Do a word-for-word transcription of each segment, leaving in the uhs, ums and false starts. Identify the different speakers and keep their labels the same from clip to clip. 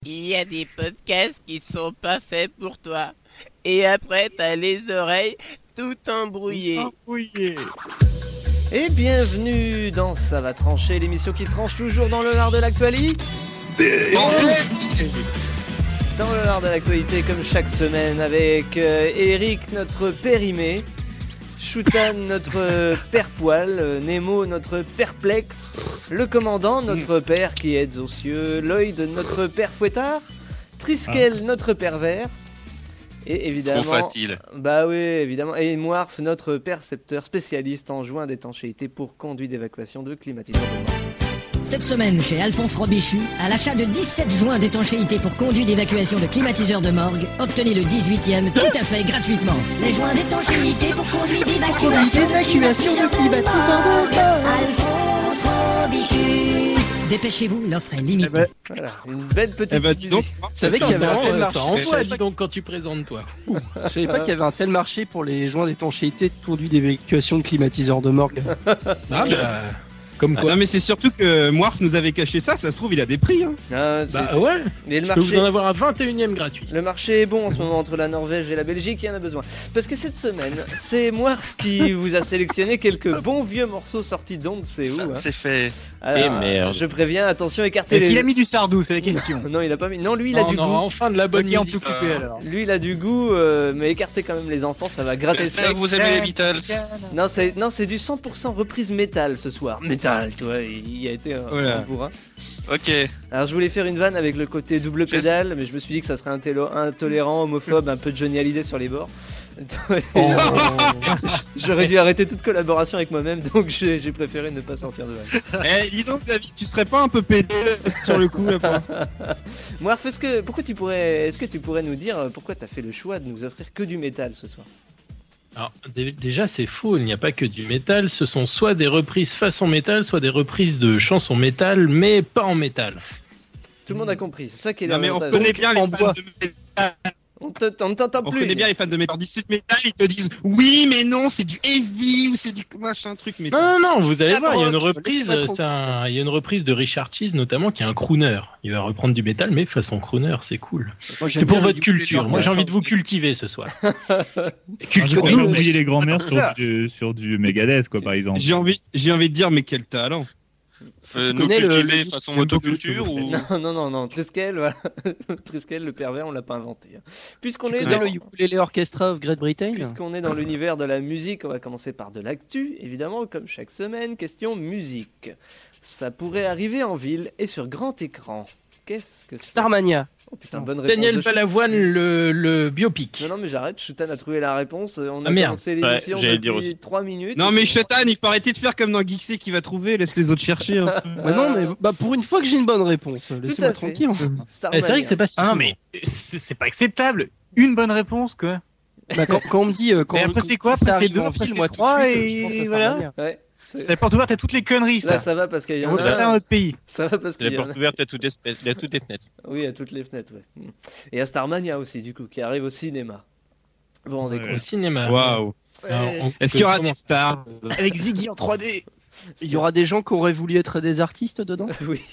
Speaker 1: Il y a des podcasts qui sont pas faits pour toi. Et après, t'as les oreilles tout embrouillées.
Speaker 2: Embrouillées.
Speaker 3: Et bienvenue dans Ça va trancher, l'émission qui tranche toujours dans le lard de l'actualité. Dans le lard de l'actualité, comme chaque semaine, avec euh, Eric, notre périmé, Choutan, notre père poil, euh, Nemo, notre perplexe, le commandant, notre père qui aide aux cieux, Lloyd, notre père fouettard, Triskel, ah. notre pervers, et évidemment...
Speaker 4: Trop facile.
Speaker 3: Bah oui, évidemment. Et Moirf, notre percepteur spécialiste en joints d'étanchéité pour conduit d'évacuation de climatiseur de mort.
Speaker 5: Cette semaine, chez Alphonse Robichu, à l'achat de dix-sept joints d'étanchéité pour conduit d'évacuation de climatiseur de morgue, obtenez le dix-huitième tout à fait gratuitement. Les joints d'étanchéité pour conduit d'évacuation de climatiseur de morgue. Alphonse Robichu. Dépêchez-vous, l'offre est limitée.
Speaker 3: Eh ben, voilà, une belle petite...
Speaker 2: Eh ben, dis donc,
Speaker 6: tu savais qu'il y avait un tel marché.
Speaker 7: Envoie, dis donc, quand tu présentes, toi.
Speaker 6: Je savais pas qu'il y avait un tel marché pour les joints d'étanchéité de conduit d'évacuation de climatiseur de morgue.
Speaker 7: Ah bah... Comme quoi.
Speaker 2: Ah non mais c'est surtout que Moirf nous avait caché ça, ça se trouve il a des prix hein.
Speaker 3: Ah, c'est,
Speaker 7: bah
Speaker 3: c'est...
Speaker 7: ouais.
Speaker 3: Mais le
Speaker 7: marché... Je peux vous en
Speaker 3: marché...
Speaker 7: avoir un vingt et unième gratuit.
Speaker 3: Le marché est bon en ce moment entre la Norvège et la Belgique, il y en a besoin. Parce que cette semaine, c'est Moirf qui vous a sélectionné quelques bons vieux morceaux sortis d'on ne sait où.
Speaker 4: Ça,
Speaker 3: hein.
Speaker 4: C'est fait.
Speaker 3: Alors,
Speaker 4: Et merde.
Speaker 3: Je préviens, attention, écartez
Speaker 8: Est-ce
Speaker 3: les...
Speaker 8: qu'il a mis du sardou, c'est la question.
Speaker 3: Non, il a pas mis. Non, lui, il a
Speaker 7: oh,
Speaker 3: du
Speaker 7: non,
Speaker 3: goût.
Speaker 7: Enfin de la bonne
Speaker 8: musique.
Speaker 7: musique.
Speaker 8: Tout coupé, alors.
Speaker 3: Lui, il a du goût, euh, mais écartez quand même les enfants, ça va gratter
Speaker 4: J'espère
Speaker 3: sec.
Speaker 4: que vous aimez les Beatles.
Speaker 3: Non, c'est non, c'est du cent pour cent reprise métal ce soir. Métal, tu vois, il y a été un,
Speaker 2: Voilà.
Speaker 3: un bourrin.
Speaker 4: Ok.
Speaker 3: Alors je voulais faire une vanne avec le côté double pédale, mais je me suis dit que ça serait intélo- intolérant, homophobe, un peu de Johnny Hallyday sur les bords.
Speaker 6: Oh.
Speaker 3: J'aurais dû arrêter toute collaboration avec moi-même, donc j'ai, j'ai préféré ne pas sortir de vanne.
Speaker 2: Eh dis donc David, tu serais pas un peu pédé sur le coup là pas
Speaker 3: Moi, est-ce que, pourquoi tu pourrais, est-ce que tu pourrais nous dire pourquoi t'as fait le choix de nous offrir que du métal ce soir?
Speaker 7: Alors, d- déjà, c'est faux, il n'y a pas que du métal. Ce sont soit des reprises façon métal, soit des reprises de chansons métal, mais pas en métal.
Speaker 3: Tout le monde a compris, c'est ça qui est
Speaker 2: Non mais on
Speaker 3: l'avantage.
Speaker 2: connaît bien les
Speaker 6: en
Speaker 2: fans
Speaker 6: bois.
Speaker 2: de métal.
Speaker 3: On, te, on ne t'entend
Speaker 2: On
Speaker 3: plus.
Speaker 2: connaît bien les fans de métal. dix-huit métal, ils te disent oui mais non c'est du heavy ou c'est du machin truc métal.
Speaker 7: Non, non, non, vous allez
Speaker 2: la
Speaker 7: voir, il y a une
Speaker 2: rock,
Speaker 7: reprise,
Speaker 6: laissez-moi
Speaker 7: c'est un- il y a une reprise de Richard Cheese, notamment, qui est un crooner. Il va reprendre du métal, mais façon crooner, c'est cool.
Speaker 6: Moi,
Speaker 7: C'est pour votre culture. Moi, j'ai envie de vous cultiver ce soir.
Speaker 8: Culture
Speaker 9: On a oublié les grands-mères
Speaker 8: Comme
Speaker 9: sur
Speaker 8: ça.
Speaker 9: du, sur du Megadeth, quoi, par exemple.
Speaker 2: J'ai envie, j'ai envie de dire mais quel talent.
Speaker 4: Fais
Speaker 6: Tu
Speaker 4: nous
Speaker 6: connais le-
Speaker 4: cultiver
Speaker 6: le-
Speaker 4: façon
Speaker 6: j'aime beaucoup
Speaker 4: motoculture
Speaker 6: ce que vous
Speaker 4: ou...
Speaker 3: Non, non, non, non, Triskel, voilà. Triskel, le pervers, on l'a pas inventé. hein. Puisqu'on
Speaker 6: Tu
Speaker 3: est
Speaker 6: connais
Speaker 3: dans...
Speaker 6: le Ukulele Orchestra of Great Britain?
Speaker 3: Puisqu'on est dans l'univers de la musique, on va commencer par de l'actu, évidemment, comme chaque semaine. Question musique. Ça pourrait arriver en ville et sur grand écran. Qu'est-ce que c'est?
Speaker 6: Starmania.
Speaker 3: Oh putain, bonne réponse.
Speaker 7: Daniel
Speaker 3: de Chou-
Speaker 7: Balavoine, le, le biopic.
Speaker 3: Non, non, mais j'arrête, Choutan a trouvé la réponse. On a
Speaker 7: Ah, merde.
Speaker 3: commencé l'émission
Speaker 4: Ouais, j'allais dire
Speaker 3: depuis
Speaker 4: aussi.
Speaker 3: trois minutes.
Speaker 2: Non
Speaker 3: et
Speaker 2: mais
Speaker 3: c'est bon.
Speaker 2: Chetan, il faut arrêter de faire comme dans Geeksy qui va trouver, laisse les autres chercher. Hein.
Speaker 6: Ouais, non, mais bah, pour une fois que j'ai une bonne réponse,
Speaker 3: à
Speaker 6: laissez-moi
Speaker 3: fait.
Speaker 6: tranquille.
Speaker 7: Eh,
Speaker 3: Starmania.
Speaker 7: c'est vrai que c'est pas si
Speaker 8: Ah non,
Speaker 7: souvent.
Speaker 8: mais c'est, c'est pas acceptable. Une bonne réponse, quoi.
Speaker 6: Bah, quand, quand on me dit. euh, Quand,
Speaker 8: Et après,
Speaker 6: quand
Speaker 8: c'est quoi? Après,
Speaker 6: ça
Speaker 8: c'est
Speaker 6: arrive
Speaker 8: deux,
Speaker 6: en
Speaker 8: après,
Speaker 6: ville,
Speaker 8: c'est
Speaker 6: moi, tout de
Speaker 8: trois,
Speaker 6: suite,
Speaker 8: et
Speaker 6: je pense à
Speaker 8: voilà.
Speaker 6: Starmania.
Speaker 3: Ouais. c'est-
Speaker 8: C'est la porte ouverte à toutes les conneries, ça.
Speaker 3: Là, ça va parce qu'il y
Speaker 8: On
Speaker 3: en
Speaker 8: va
Speaker 3: a.
Speaker 8: faire un autre pays.
Speaker 3: Ça va parce qu'il
Speaker 4: La
Speaker 3: y en a.
Speaker 4: porte ouverte à toutes les, à toutes les fenêtres.
Speaker 3: Oui, à toutes les fenêtres, ouais. Mm. Et à Starmania aussi, du coup, qui arrive au cinéma. Vous vous rendez
Speaker 9: Ouais.
Speaker 7: Au cinéma.
Speaker 2: Waouh.
Speaker 7: Alors, on-
Speaker 2: Est-ce qu'il y aura
Speaker 7: comment-
Speaker 2: des stars?
Speaker 8: Avec Ziggy en trois D.
Speaker 6: Il y aura des gens qui auraient voulu être des artistes dedans?
Speaker 3: compte Oui.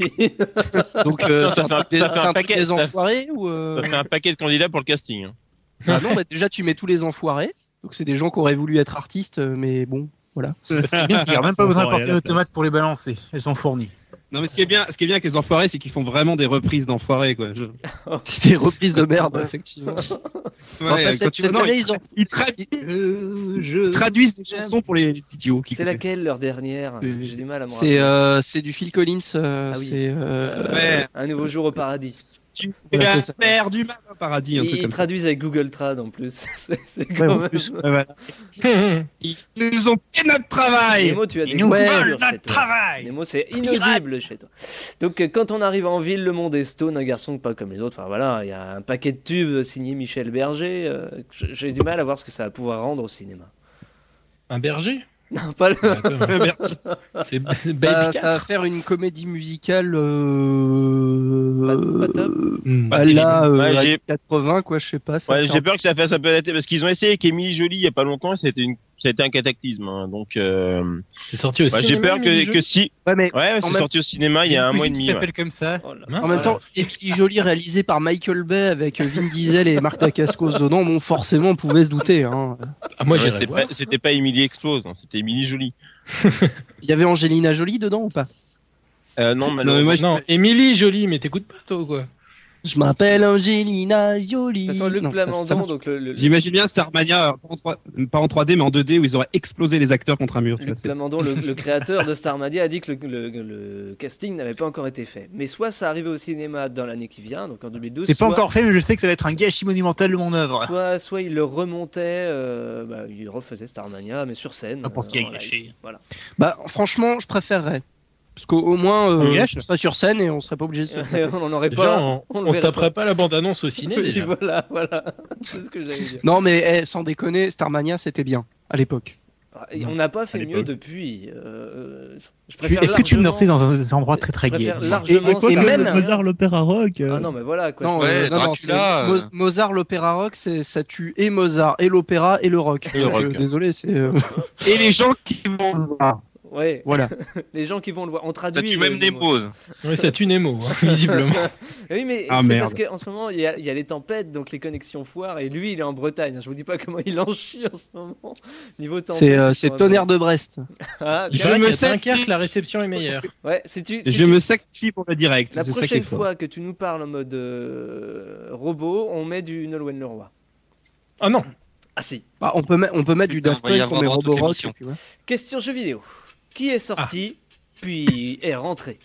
Speaker 6: Donc, euh,
Speaker 4: Ça
Speaker 6: c'est un
Speaker 4: fait un-
Speaker 6: truc des-
Speaker 4: ça fait
Speaker 6: c'est
Speaker 4: un
Speaker 6: un truc
Speaker 4: paquet,
Speaker 6: des
Speaker 4: ça-
Speaker 6: enfoirés ou. euh,
Speaker 4: Ça fait un paquet de candidats pour le casting. hein.
Speaker 6: Bah non, bah déjà tu mets tous les enfoirés. Donc c'est des gens qui auraient voulu être artistes, euh, mais bon, voilà.
Speaker 8: Ce qui est bien, c'est qu'il n'y a même pas
Speaker 9: Faut
Speaker 8: besoin
Speaker 9: voir
Speaker 8: d'apporter
Speaker 9: à la
Speaker 8: d'automates pour les balancer. Elles sont fournies.
Speaker 2: Non mais ce qui est bien, ce qui est bien avec les enfoirés, c'est qu'ils font vraiment des reprises d'enfoirés quoi. Je-
Speaker 6: C'est des reprises de merde, effectivement.
Speaker 2: Ouais,
Speaker 6: Enfin,
Speaker 2: quand
Speaker 6: cette,
Speaker 2: tu-
Speaker 6: cette
Speaker 2: non,
Speaker 6: année,
Speaker 2: ils,
Speaker 6: ils ont.
Speaker 2: ils tradu-
Speaker 6: Euh, je-
Speaker 2: ils traduisent des chansons pour les, les idiots qui
Speaker 3: C'est
Speaker 2: écoutent.
Speaker 3: laquelle leur dernière?
Speaker 6: Euh,
Speaker 3: J'ai du mal à me
Speaker 6: C'est
Speaker 3: rappeler.
Speaker 6: euh, c'est du Phil Collins. euh,
Speaker 3: Ah oui.
Speaker 6: C'est. euh,
Speaker 2: Ouais.
Speaker 3: Un nouveau jour au paradis.
Speaker 2: Tu
Speaker 6: Voilà,
Speaker 2: as
Speaker 6: c'est ça.
Speaker 2: perdu mal au paradis, un
Speaker 3: Ils,
Speaker 2: truc
Speaker 3: ils
Speaker 2: comme ça.
Speaker 3: traduisent avec Google Trad en plus. c'est c'est
Speaker 8: Ouais,
Speaker 3: quand
Speaker 8: en
Speaker 3: même.
Speaker 8: plus, ouais, voilà.
Speaker 2: Ils nous ont pris notre travail.
Speaker 3: Nemo, tu as des
Speaker 8: Ils nous
Speaker 3: coupures
Speaker 8: volent
Speaker 3: chez
Speaker 8: notre
Speaker 3: toi.
Speaker 8: travail.
Speaker 3: Nemo, c'est inaudible chez toi. Donc, euh, quand on arrive en ville, le monde est stone, un garçon pas comme les autres. Enfin voilà, il y a un paquet de tubes signé Michel Berger. euh, j'ai j'ai du mal à voir ce que ça va pouvoir rendre au cinéma.
Speaker 7: Un berger?
Speaker 3: Non, pas le.
Speaker 7: D'accord. C'est Baby
Speaker 6: bah,
Speaker 7: Cat.
Speaker 6: ça va faire une comédie musicale. Euh...
Speaker 3: Pas- pas top.
Speaker 7: Hmm.
Speaker 6: à la euh,
Speaker 4: Ouais,
Speaker 6: à
Speaker 4: j'ai-
Speaker 6: quatre-vingts, quoi, je sais pas. ça
Speaker 4: Ouais,
Speaker 6: fait
Speaker 4: j'ai
Speaker 6: un-
Speaker 4: peur que ça fasse un peu la tête parce qu'ils ont essayé avec Émilie Jolie il y a pas longtemps et ça a été une ça a été un cataclysme. hein, Donc, euh,
Speaker 7: C'est sorti au
Speaker 4: bah, j'ai
Speaker 7: cinéma.
Speaker 4: peur
Speaker 7: mais
Speaker 4: que,
Speaker 7: le jeu
Speaker 4: que si.
Speaker 6: Ouais, mais
Speaker 4: Ouais,
Speaker 6: En
Speaker 4: c'est
Speaker 6: même-
Speaker 4: sorti au cinéma il y a un mois et demi.
Speaker 8: Qui
Speaker 4: ouais.
Speaker 8: s'appelle comme ça.
Speaker 3: Oh là.
Speaker 7: Mince.
Speaker 6: en même temps, Emily Jolie réalisé par Michael Bay avec Vin Diesel et Marc Dacascos dedans, bon, forcément, on pouvait se douter. Hein.
Speaker 7: Ah, moi
Speaker 4: Ouais,
Speaker 7: j'irais
Speaker 4: c'est
Speaker 7: voir.
Speaker 4: pas- C'était pas Emily Explose, hein, c'était Emily Jolie.
Speaker 6: Il y avait Angelina Jolie dedans ou pas?
Speaker 4: Euh, non,
Speaker 2: mais
Speaker 4: malheureusement.
Speaker 2: moi, je-
Speaker 7: Non, Émilie Jolie, mais t'écoutes pas toi ou quoi?
Speaker 6: Je m'appelle Angelina Jolie.
Speaker 3: De toute façon, Luc
Speaker 6: Non, ça- ça
Speaker 3: Plamondon,
Speaker 6: marche.
Speaker 3: donc le, le-
Speaker 2: J'imagine bien Starmania, euh, pas en, trois- pas en trois D, mais en deux D, où ils auraient explosé les acteurs contre un mur. tu vois,
Speaker 3: Luc
Speaker 2: c'est-
Speaker 3: Plamondon, le, le créateur de Starmania, a dit que le, le- le casting n'avait pas encore été fait. Mais soit ça arrivait au cinéma dans l'année qui vient, donc en deux mille douze.
Speaker 8: C'est pas
Speaker 3: soit-
Speaker 8: encore fait, mais je sais que ça va être un gâchis monumental de mon œuvre.
Speaker 3: Soit, soit il le remontait, euh, bah, il refaisait Starmania, mais sur scène.
Speaker 8: Ah, pour ce qui est
Speaker 3: euh, voilà,
Speaker 8: gâché.
Speaker 3: il- Voilà.
Speaker 6: Bah, franchement, je préférerais. Parce qu'au au moins, euh,
Speaker 2: On gâche.
Speaker 6: on serait sur scène et on serait pas obligé de se
Speaker 3: on n'en aurait
Speaker 7: Déjà,
Speaker 3: pas.
Speaker 7: on,
Speaker 3: on le
Speaker 7: on se
Speaker 3: verrait
Speaker 7: taperait pas la bande-annonce au ciné
Speaker 3: Oui,
Speaker 7: déjà.
Speaker 3: voilà, voilà. C'est ce que j'allais dire.
Speaker 6: Non, mais eh, sans déconner, Starmania, c'était bien à l'époque.
Speaker 3: Ah, et On n'a pas fait
Speaker 2: À
Speaker 3: mieux
Speaker 2: l'époque.
Speaker 3: depuis. euh, je
Speaker 8: Tu-
Speaker 3: préfère
Speaker 8: Est-ce que tu veux me
Speaker 3: largement-
Speaker 8: lancer dans un endroit très très
Speaker 3: je
Speaker 8: gay
Speaker 3: préfère largement
Speaker 6: Et- et quoi,
Speaker 3: Starmania.
Speaker 6: et même-
Speaker 9: Mozart l'opéra rock. euh,
Speaker 3: Ah non, mais voilà quoi.
Speaker 6: Non,
Speaker 3: je-
Speaker 6: euh,
Speaker 10: Ouais,
Speaker 6: non, non,
Speaker 10: Dracula,
Speaker 6: c'est- Mo-
Speaker 10: euh.
Speaker 6: Mozart, l'opéra rock, c'est ça tue et Mozart, et l'opéra, et le rock.
Speaker 4: Et le
Speaker 6: Donc,
Speaker 4: rock.
Speaker 6: euh, désolé, c'est. euh,
Speaker 2: Et les gens qui vont le voir.
Speaker 3: Ouais,
Speaker 6: Voilà.
Speaker 3: les gens qui vont le voir. On
Speaker 10: Ça
Speaker 3: traduit.
Speaker 10: tue
Speaker 3: le-
Speaker 10: même Nemo.
Speaker 7: Ouais, ça tue Nemo, hein, visiblement.
Speaker 3: Oui, mais
Speaker 2: Ah,
Speaker 3: c'est
Speaker 2: merde.
Speaker 3: parce qu'en ce moment, il y, a, il y a les tempêtes, donc les connexions foirent, et lui, il est en Bretagne. Je vous dis pas comment il en chie en ce moment. Niveau tempête.
Speaker 6: C'est euh,
Speaker 3: ils
Speaker 6: c'est
Speaker 3: sont
Speaker 6: Tonnerre de Brest.
Speaker 3: Ah,
Speaker 7: Il
Speaker 2: Je
Speaker 7: paraît
Speaker 2: me
Speaker 7: qu'à
Speaker 2: sais-
Speaker 7: Dunkerque, la réception est meilleure.
Speaker 3: ouais, si tu, si
Speaker 2: Je
Speaker 3: tu-
Speaker 2: me sacrifie pour le direct.
Speaker 3: La
Speaker 2: c'est ça qui est
Speaker 3: prochaine
Speaker 2: fort.
Speaker 3: fois que tu nous parles en mode euh, robot, on met du Nolwenn Leroy.
Speaker 7: Ah non.
Speaker 3: Ah si.
Speaker 6: Bah, on peut, mettre- on peut mettre du
Speaker 10: Putain,
Speaker 6: Daft
Speaker 10: on va y
Speaker 6: Punk sur
Speaker 10: avoir
Speaker 6: mes
Speaker 10: dans toute
Speaker 6: Roborock.
Speaker 10: l'émission.
Speaker 6: et puis voilà.
Speaker 3: Question jeu vidéo. Qui est sorti, puis est rentré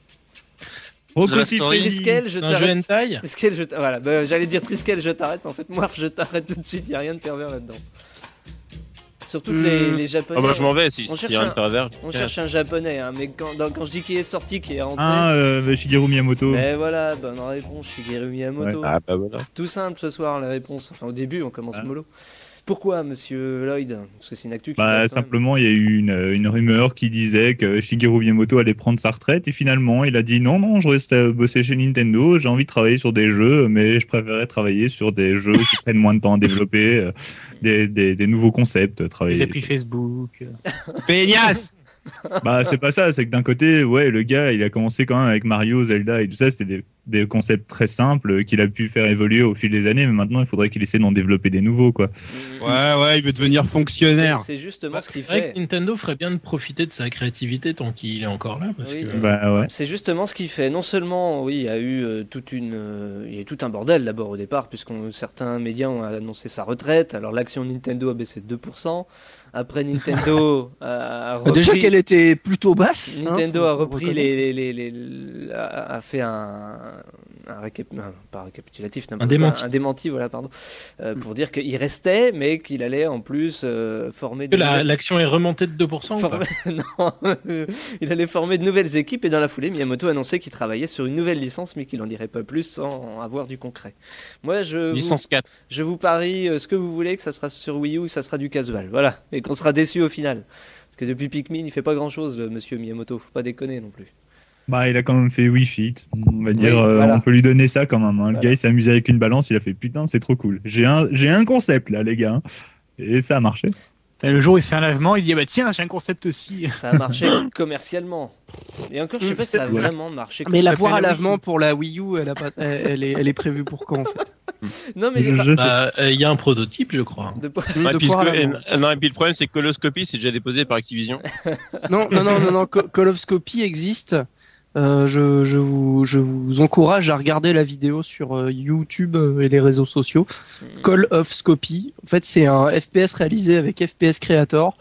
Speaker 9: Rocco
Speaker 10: The Story.
Speaker 9: Siffredi.
Speaker 3: Triskel, je
Speaker 7: C'est un jeu
Speaker 3: t'arrête.
Speaker 7: hentai.
Speaker 3: Triskel, je t'arrête. Voilà, bah, j'allais dire Triskel, je t'arrête, mais en fait, moi, je t'arrête tout de suite, il n'y a rien de pervers là-dedans. Surtout que les,
Speaker 6: Hmm.
Speaker 3: les Japonais.
Speaker 4: Ah bah, je m'en vais si
Speaker 3: On
Speaker 4: s'il
Speaker 3: cherche
Speaker 4: y a un
Speaker 3: un-
Speaker 4: pervers.
Speaker 3: On cherche un japonais, hein, mais quand, dans- quand je dis qui est sorti, qui est rentré.
Speaker 9: Ah, euh, Shigeru Miyamoto.
Speaker 3: Mais voilà, bonne réponse, Shigeru Miyamoto.
Speaker 4: Ah bah voilà.
Speaker 3: Tout simple ce soir la réponse. Enfin au début on commence
Speaker 9: Ah.
Speaker 3: mollo. Pourquoi monsieur Lloyd? Parce que c'est une actu qui
Speaker 9: Bah,
Speaker 3: date quand même.
Speaker 9: simplement, il y a eu une, une rumeur qui disait que Shigeru Miyamoto allait prendre sa retraite et finalement, il a dit non, non, je reste à bosser chez Nintendo, j'ai envie de travailler sur des jeux, mais je préférais travailler sur des jeux qui prennent moins de temps à développer, euh, des, des, des nouveaux concepts, travailler.
Speaker 8: Les applis Facebook.
Speaker 2: Peignasse.
Speaker 9: Bah, c'est pas ça, c'est que d'un côté, ouais, le gars, il a commencé quand même avec Mario, Zelda et tout ça, c'était des, des concepts très simples qu'il a pu faire évoluer au fil des années, mais maintenant, il faudrait qu'il essaie d'en développer des nouveaux, quoi.
Speaker 2: Ouais, ouais, il veut devenir
Speaker 3: C'est
Speaker 2: fonctionnaire.
Speaker 3: c'est justement ce qu'il
Speaker 7: C'est vrai
Speaker 3: fait.
Speaker 7: que Nintendo ferait bien de profiter de sa créativité tant qu'il est encore là. Parce
Speaker 3: Oui,
Speaker 7: que...
Speaker 3: mais-
Speaker 9: Bah, ouais.
Speaker 3: C'est justement ce qu'il fait. Non seulement, oui, il y a eu euh, toute une, euh, il y a eu tout un bordel d'abord au départ, puisque certains médias ont annoncé sa retraite. Alors l'action Nintendo a baissé de deux pour cent. Après Nintendo a, a repris.
Speaker 6: Déjà qu'elle était plutôt basse. hein,
Speaker 3: Nintendo
Speaker 6: faut-
Speaker 3: a
Speaker 6: faut
Speaker 3: repris
Speaker 6: reconnaître.
Speaker 3: les, les, les, les- a a fait un, un, récap, un- pas récapitulatif, n'importe
Speaker 7: Un
Speaker 3: quoi,
Speaker 7: démenti.
Speaker 3: un démenti, voilà, pardon, euh, pour dire qu'il restait, mais qu'il allait en plus euh, former.
Speaker 7: Que
Speaker 3: de
Speaker 7: la-
Speaker 3: nouvelles-
Speaker 7: l'action est remontée de deux pour cent ou pas
Speaker 3: former- non, euh, il allait former de nouvelles équipes et dans la foulée, Miyamoto a annoncé qu'il travaillait sur une nouvelle licence, mais qu'il n'en dirait pas plus sans avoir du concret. Moi, je vous,
Speaker 4: Licence quatre.
Speaker 3: je vous parie euh, ce que vous voulez, que ça sera sur Wii U, que ça sera du casual, voilà, et qu'on sera déçu au final. Parce que depuis Pikmin, il fait pas grand chose, monsieur Miyamoto, faut pas déconner non plus.
Speaker 9: Bah, il a quand même fait Wii Fit. On va dire, euh,
Speaker 3: voilà.
Speaker 9: on peut lui donner ça quand même. hein. Le
Speaker 3: Voilà.
Speaker 9: gars, il s'est amusé avec une balance, il a fait putain, c'est trop cool. J'ai un, j'ai un concept là, les gars. Et ça a marché.
Speaker 8: Et le jour où il se fait un lavement, il dit ah bah tiens, j'ai un concept aussi.
Speaker 3: Ça a marché commercialement. Et encore, je sais pas si ça a
Speaker 9: Ouais.
Speaker 3: vraiment marché.
Speaker 6: Mais la
Speaker 3: ça
Speaker 6: voie à
Speaker 3: s'appelle
Speaker 6: lavement pour la Wii U, elle, a pas, elle, elle est, elle est prévue pour quand en fait?
Speaker 3: Non, mais j'ai
Speaker 9: Je,
Speaker 3: pas...
Speaker 9: je sais.
Speaker 7: Bah, euh, Il y a un prototype, je crois.
Speaker 3: de pas-
Speaker 6: Mmh,
Speaker 4: Ouais,
Speaker 6: de
Speaker 4: puis
Speaker 6: poire à
Speaker 4: le-
Speaker 6: lavement.
Speaker 4: et- non, et puis le problème, c'est que Coloscopy, c'est déjà déposé par Activision.
Speaker 6: Non, non, non, non, non, Co- Call of Scopy existe. Euh, je, je, vous, je vous encourage à regarder la vidéo sur euh, YouTube euh, et les réseaux sociaux. Call of Scopy. En fait, c'est un F P S réalisé avec F P S Creator.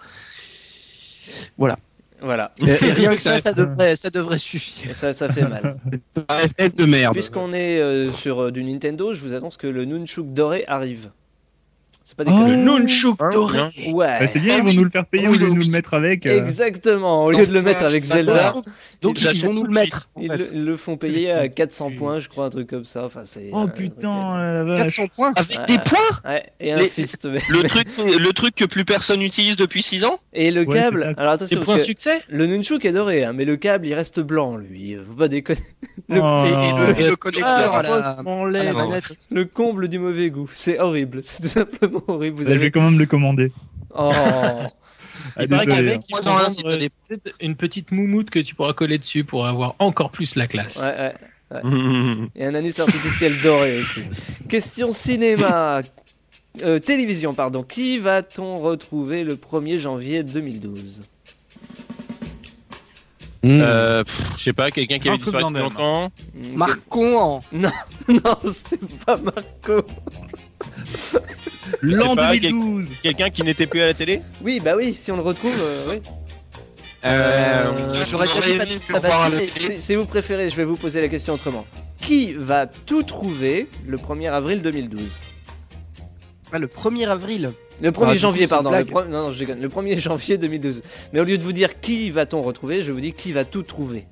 Speaker 6: Voilà.
Speaker 3: Voilà.
Speaker 6: Et, et rien que ça, ça devrait, ça devrait suffire.
Speaker 3: Et ça, ça fait mal.
Speaker 2: Un F P S de merde.
Speaker 3: Puisqu'on est euh, sur euh, du Nintendo, je vous annonce que le Nunchuk doré arrive. C'est pas des
Speaker 9: Oh.
Speaker 3: conneries.
Speaker 7: Le Nunchuk doré.
Speaker 4: Hein
Speaker 3: Ouais.
Speaker 9: Bah, c'est bien, ils vont nous le faire payer au lieu de nous le mettre avec. euh.
Speaker 3: Exactement. Au lieu de le mettre avec Zelda,
Speaker 6: Donc
Speaker 2: Ils
Speaker 6: ils vont nous le mettre. en
Speaker 3: ils
Speaker 6: fait.
Speaker 3: le, ils le font payer à quatre cents points, je crois, un truc comme ça. Enfin, c'est.
Speaker 9: Oh
Speaker 3: euh,
Speaker 9: putain, la vache.
Speaker 6: quatre cents points.
Speaker 10: Avec
Speaker 3: Ouais.
Speaker 10: des points
Speaker 3: Ouais, et un
Speaker 10: Les-
Speaker 3: fist.
Speaker 10: le truc, le truc que plus personne n'utilise depuis six ans.
Speaker 3: Et le
Speaker 9: Ouais, c'est
Speaker 3: câble.
Speaker 9: ça.
Speaker 3: Alors
Speaker 7: C'est
Speaker 3: attention,
Speaker 7: pour
Speaker 3: parce
Speaker 7: un
Speaker 3: que
Speaker 7: succès
Speaker 3: le Nunchuk est doré, hein, mais le câble il reste blanc, lui. Faut pas déconner.
Speaker 6: Le-
Speaker 9: Oh.
Speaker 6: et, et le, et le connecteur
Speaker 7: Ah,
Speaker 6: à la,
Speaker 7: en
Speaker 6: à la
Speaker 7: l'air.
Speaker 6: manette.
Speaker 3: Le comble du mauvais goût. C'est horrible. C'est tout simplement horrible. Vous
Speaker 9: Bah, je
Speaker 3: avez
Speaker 9: vais quand même le commander.
Speaker 3: Oh.
Speaker 9: Ah,
Speaker 7: Il paraît
Speaker 9: désolé.
Speaker 7: qu'avec,
Speaker 9: hein.
Speaker 7: ils
Speaker 10: Moi,
Speaker 7: vont
Speaker 10: en un,
Speaker 7: vendre,
Speaker 10: si t'as des-
Speaker 7: peut-être une petite moumoute que tu pourras coller dessus pour avoir encore plus la classe.
Speaker 3: Ouais, ouais. Et un anus artificiel doré aussi. Question cinéma. Euh, télévision, pardon. Qui va-t-on retrouver le premier janvier deux mille douze?
Speaker 4: Euh, pff, je sais pas, quelqu'un qui avait
Speaker 8: Jean-Claude
Speaker 4: disparu
Speaker 8: Van
Speaker 4: depuis
Speaker 8: Damme.
Speaker 4: longtemps.
Speaker 6: Marcon.
Speaker 3: Non, non, c'est pas Marco.
Speaker 9: L'an
Speaker 4: Je sais pas,
Speaker 9: deux mille douze.
Speaker 4: Quelqu'un qui n'était plus à la télé.
Speaker 3: Oui, bah oui, si on le retrouve, euh, oui.
Speaker 1: Euh,
Speaker 3: Euh, J'aurais
Speaker 10: on
Speaker 3: peut-être
Speaker 10: aurait
Speaker 3: pas
Speaker 10: aimé
Speaker 3: dit
Speaker 10: pour voir
Speaker 3: Sabati,
Speaker 10: à la
Speaker 3: mais
Speaker 10: télé.
Speaker 3: c'est- si vous préférez, je vais vous poser la question autrement. Qui va tout trouver le premier avril deux mille douze?
Speaker 6: Ah, le premier avril.
Speaker 3: Le premier
Speaker 6: Ah, du coup,
Speaker 3: janvier,
Speaker 6: c'est
Speaker 3: pardon.
Speaker 6: une
Speaker 3: Le
Speaker 6: blague.
Speaker 3: pre- Non, non, je déconne. Le premier janvier deux mille douze. Mais au lieu de vous dire qui va-t-on retrouver, je vous dis qui va tout trouver.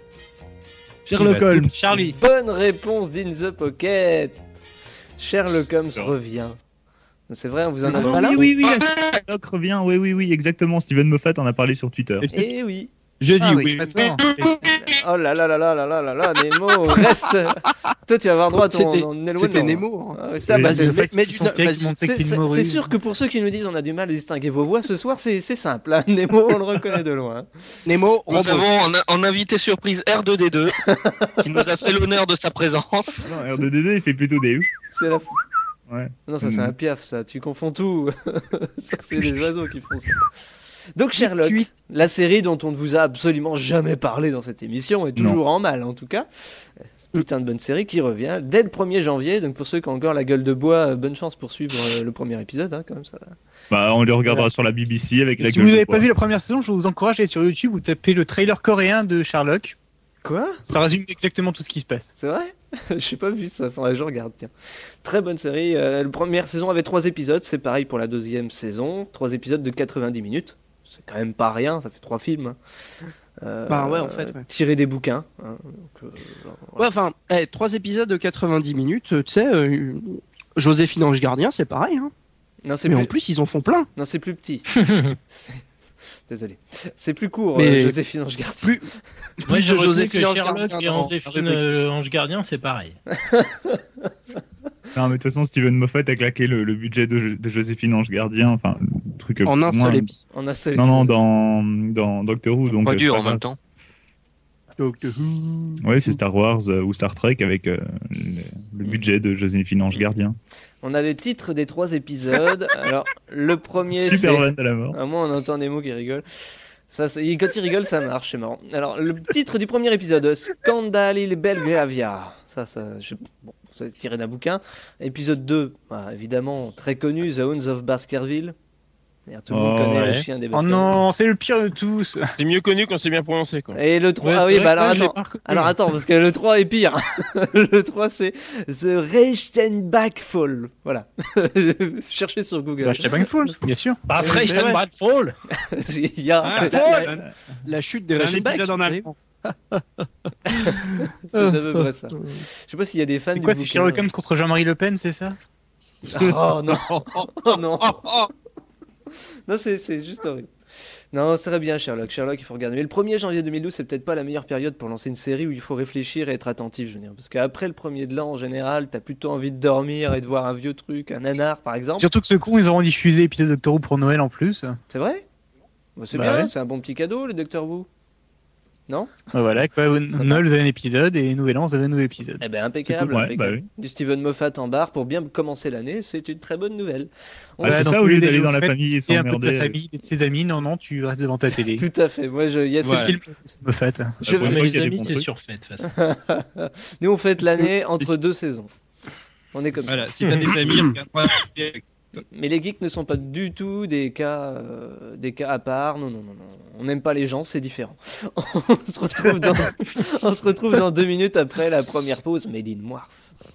Speaker 9: Sherlock Holmes.
Speaker 8: Charlie.
Speaker 3: Bonne réponse d'In the Pocket. Sherlock Holmes revient. C'est vrai, on vous en a
Speaker 9: Ah,
Speaker 3: pas là
Speaker 9: oui, oui, oui, la série Sherlock revient. Oui, oui, oui, exactement. Steven Moffat en a parlé sur Twitter.
Speaker 3: Eh oui.
Speaker 4: Je dis
Speaker 8: Ah oui,
Speaker 4: oui.
Speaker 8: attends.
Speaker 3: Oh là là là là là là là là, Nemo, reste. Toi, tu vas avoir droit à ton
Speaker 6: C'était-
Speaker 3: ton Nemo,
Speaker 6: C'était
Speaker 3: non.
Speaker 6: Nemo. hein.
Speaker 3: Ah ouais, ça,
Speaker 9: Oui,
Speaker 3: bah,
Speaker 9: mais
Speaker 3: c'est-
Speaker 8: le fait
Speaker 3: mais-
Speaker 8: qu'ils
Speaker 3: mais
Speaker 8: sont
Speaker 3: du-
Speaker 8: cake,
Speaker 3: vas-y,
Speaker 8: ils montent
Speaker 3: c'est-
Speaker 8: sexy
Speaker 3: c'est
Speaker 8: Nemo,
Speaker 3: c'est
Speaker 8: oui.
Speaker 3: sûr que pour ceux qui nous disent on a du mal à distinguer vos voix ce soir, c'est c'est simple. Hein. Nemo, on le reconnaît de loin.
Speaker 6: Nemo,
Speaker 10: Nous
Speaker 6: robot.
Speaker 10: avons en, en invité surprise R deux D deux qui nous a fait l'honneur de sa présence.
Speaker 9: Non, R deux D deux, il fait plutôt des.
Speaker 3: C'est la.
Speaker 9: Ouais.
Speaker 3: Non, ça c'est
Speaker 9: Mm.
Speaker 3: un piaf, ça. Tu confonds tout. Ça c'est les oiseaux qui font ça. Donc Sherlock,
Speaker 6: Cuit.
Speaker 3: la série dont on ne vous a absolument jamais parlé dans cette émission, est toujours en mal en tout cas. C'est une putain de bonne série qui revient dès le premier janvier. Donc pour ceux qui ont encore la gueule de bois, euh, bonne chance pour suivre euh, le premier épisode. Hein, quand même, ça.
Speaker 9: Bah, on le regardera sur la B B C avec la
Speaker 8: Si
Speaker 9: gueule
Speaker 8: vous
Speaker 9: de
Speaker 8: n'avez
Speaker 9: bois.
Speaker 8: pas vu la première saison, je vous encourage à aller sur YouTube ou taper le trailer coréen de Sherlock.
Speaker 3: Quoi?
Speaker 8: Ça résume exactement tout ce qui se passe.
Speaker 3: C'est vrai? J'ai pas vu ça, faudrait que je regarde, tiens. Très bonne série. Euh, la première saison avait trois épisodes, c'est pareil pour la deuxième saison. Trois épisodes de quatre-vingt-dix minutes. C'est quand même pas rien, ça fait trois films. hein. Euh,
Speaker 6: Bah ouais, en fait, ouais.
Speaker 3: Tirés des bouquins. hein. Donc, euh,
Speaker 6: Ouais, enfin, eh, trois épisodes de quatre-vingt-dix minutes, tu sais, euh, Joséphine Ange Gardien, c'est pareil. Hein.
Speaker 3: Non, c'est
Speaker 6: Mais
Speaker 3: plus...
Speaker 6: en plus, ils en font plein.
Speaker 3: non, c'est plus petit. C'est- Désolé. C'est plus court,
Speaker 6: Mais-
Speaker 3: euh, Joséphine Ange Gardien.
Speaker 6: Plus,
Speaker 7: Moi,
Speaker 6: plus
Speaker 7: j'ai
Speaker 6: de
Speaker 7: retenu
Speaker 6: Joséphine
Speaker 7: que
Speaker 6: Ange
Speaker 7: Sherlock
Speaker 6: Gardien
Speaker 7: et
Speaker 6: dans-
Speaker 7: Joséphine
Speaker 6: dans la
Speaker 7: euh, Ange Gardien, c'est pareil.
Speaker 9: Non, mais de toute façon, Steven Moffat a claqué le, le budget de, de Joséphine Ange Gardien. Enfin, le truc.
Speaker 6: En un
Speaker 9: pour moi,
Speaker 6: seul épisode.
Speaker 3: On a seul
Speaker 9: Non, non, dans, dans Doctor Who. Donc,
Speaker 10: Pas
Speaker 9: euh,
Speaker 10: dur
Speaker 9: c'est
Speaker 10: en
Speaker 9: pas
Speaker 10: même
Speaker 9: grave.
Speaker 10: temps.
Speaker 9: Ouais, c'est Star Wars euh, ou Star Trek avec euh, le, le budget de Joséphine Ange Gardien.
Speaker 3: On a les titres des trois épisodes. Alors, le premier,
Speaker 9: Super
Speaker 3: c'est...
Speaker 9: van à la mort.
Speaker 3: À moi, on entend des mots qui rigolent. Ça, c'est- quand il rigole, ça marche, c'est marrant. Alors, le titre du premier épisode, Scandale il Belgravia. Ça, ça, je... bon, c'est tiré d'un bouquin. Épisode deux, bah, évidemment, très connu, The Hounds of Baskerville. D'ailleurs, tout le monde
Speaker 9: Oh,
Speaker 3: connaît le
Speaker 4: ouais.
Speaker 3: chien des
Speaker 8: Oh
Speaker 3: Baskerville.
Speaker 8: non, c'est le pire de tous.
Speaker 4: C'est mieux connu quand c'est bien prononcé, quoi.
Speaker 3: Et le trois,
Speaker 7: Ouais,
Speaker 3: ah
Speaker 7: c'est
Speaker 3: oui,
Speaker 7: vrai
Speaker 3: bah
Speaker 7: que
Speaker 3: alors
Speaker 7: là, je l'ai
Speaker 3: attends.
Speaker 7: pas reconnu.
Speaker 3: Alors attends, parce que le trois est pire. Le trois, c'est The Reichenbach Fall. Voilà. Cherchez sur Google.
Speaker 8: Bah, je t'ai pas une foule, bien sûr.
Speaker 7: Pas
Speaker 6: Ouais,
Speaker 7: Fresh
Speaker 6: mais ouais.
Speaker 7: and Bad Fall.
Speaker 3: Il y a...
Speaker 7: Ah,
Speaker 6: La, la- la chute de
Speaker 2: Un
Speaker 6: Reichenbach.
Speaker 2: épisode en allemand.
Speaker 3: c'est à peu près ça. Je sais pas s'il y a des fans
Speaker 8: C'est
Speaker 3: du
Speaker 8: quoi, c'est
Speaker 3: bouquin.
Speaker 8: Sherlock Holmes contre Jean-Marie Le Pen, c'est ça?
Speaker 3: Oh non. Oh non. Non, c'est c'est juste horrible. Non, ça serait bien Sherlock. Sherlock, il faut regarder. Mais le premier janvier deux mille douze, c'est peut-être pas la meilleure période pour lancer une série où il faut réfléchir et être attentif, je veux dire. Parce qu'après le premier de l'an, en général, t'as plutôt envie de dormir et de voir un vieux truc, un nanar, par exemple.
Speaker 8: Surtout que ce con, ils auront diffusé l'épisode de Doctor Who pour Noël en plus.
Speaker 3: C'est vrai? Bah, c'est
Speaker 8: Bah
Speaker 3: bien,
Speaker 8: ouais.
Speaker 3: c'est un bon petit cadeau, le Doctor Who. Non?
Speaker 8: Bah voilà, quoi,
Speaker 3: Ça
Speaker 8: Noël, vous avez un épisode et Nouvel An, vous avez un nouvel épisode.
Speaker 3: Eh ben impeccable,
Speaker 9: Ouais,
Speaker 3: impeccable.
Speaker 9: bah oui.
Speaker 3: Du Steven Moffat en barre pour bien commencer l'année, c'est une très bonne nouvelle. On
Speaker 9: Ah,
Speaker 3: va-
Speaker 9: c'est
Speaker 8: donc,
Speaker 9: ça, au lieu d'aller
Speaker 8: vous
Speaker 9: dans la
Speaker 8: faites
Speaker 9: famille et
Speaker 8: C'est un peu de
Speaker 9: s'emmerder.
Speaker 8: sa famille, de ses amis, non, non, tu restes devant ta télé.
Speaker 3: Tout à fait. Moi, je, il y a ce
Speaker 4: Ouais.
Speaker 3: film.
Speaker 8: Moffat.
Speaker 3: Je-
Speaker 9: Pour une
Speaker 7: Mais
Speaker 9: fois
Speaker 7: les
Speaker 9: qu'il y a des
Speaker 7: amis,
Speaker 9: bons
Speaker 7: c'est
Speaker 9: trucs.
Speaker 7: surfait de toute façon.
Speaker 3: Nous, on fête l'année entre deux saisons. On est comme
Speaker 4: Voilà,
Speaker 3: ça.
Speaker 4: si t'as des amis, regarde pas.
Speaker 3: Mais les geeks ne sont pas du tout des cas, euh, des cas à part. Non, non, non, non. On n'aime pas les gens, c'est différent. On se retrouve dans, on se retrouve dans deux minutes après la première pause Made in Moirf.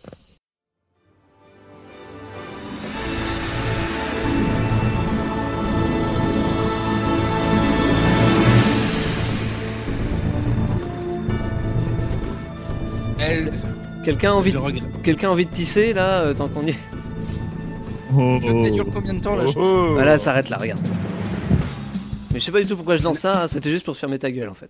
Speaker 3: Quelqu'un a envie,
Speaker 2: Je
Speaker 3: de...
Speaker 2: regrette.
Speaker 3: Quelqu'un a envie de tisser là, euh, tant qu'on y est.
Speaker 9: Oh,
Speaker 6: Ça dure
Speaker 9: oh.
Speaker 6: combien de temps la
Speaker 4: Oh,
Speaker 6: chanson
Speaker 4: oh.
Speaker 3: Voilà, ça arrête là, regarde. Mais je sais pas du tout pourquoi je lance ça, hein, c'était juste pour fermer ta gueule en fait.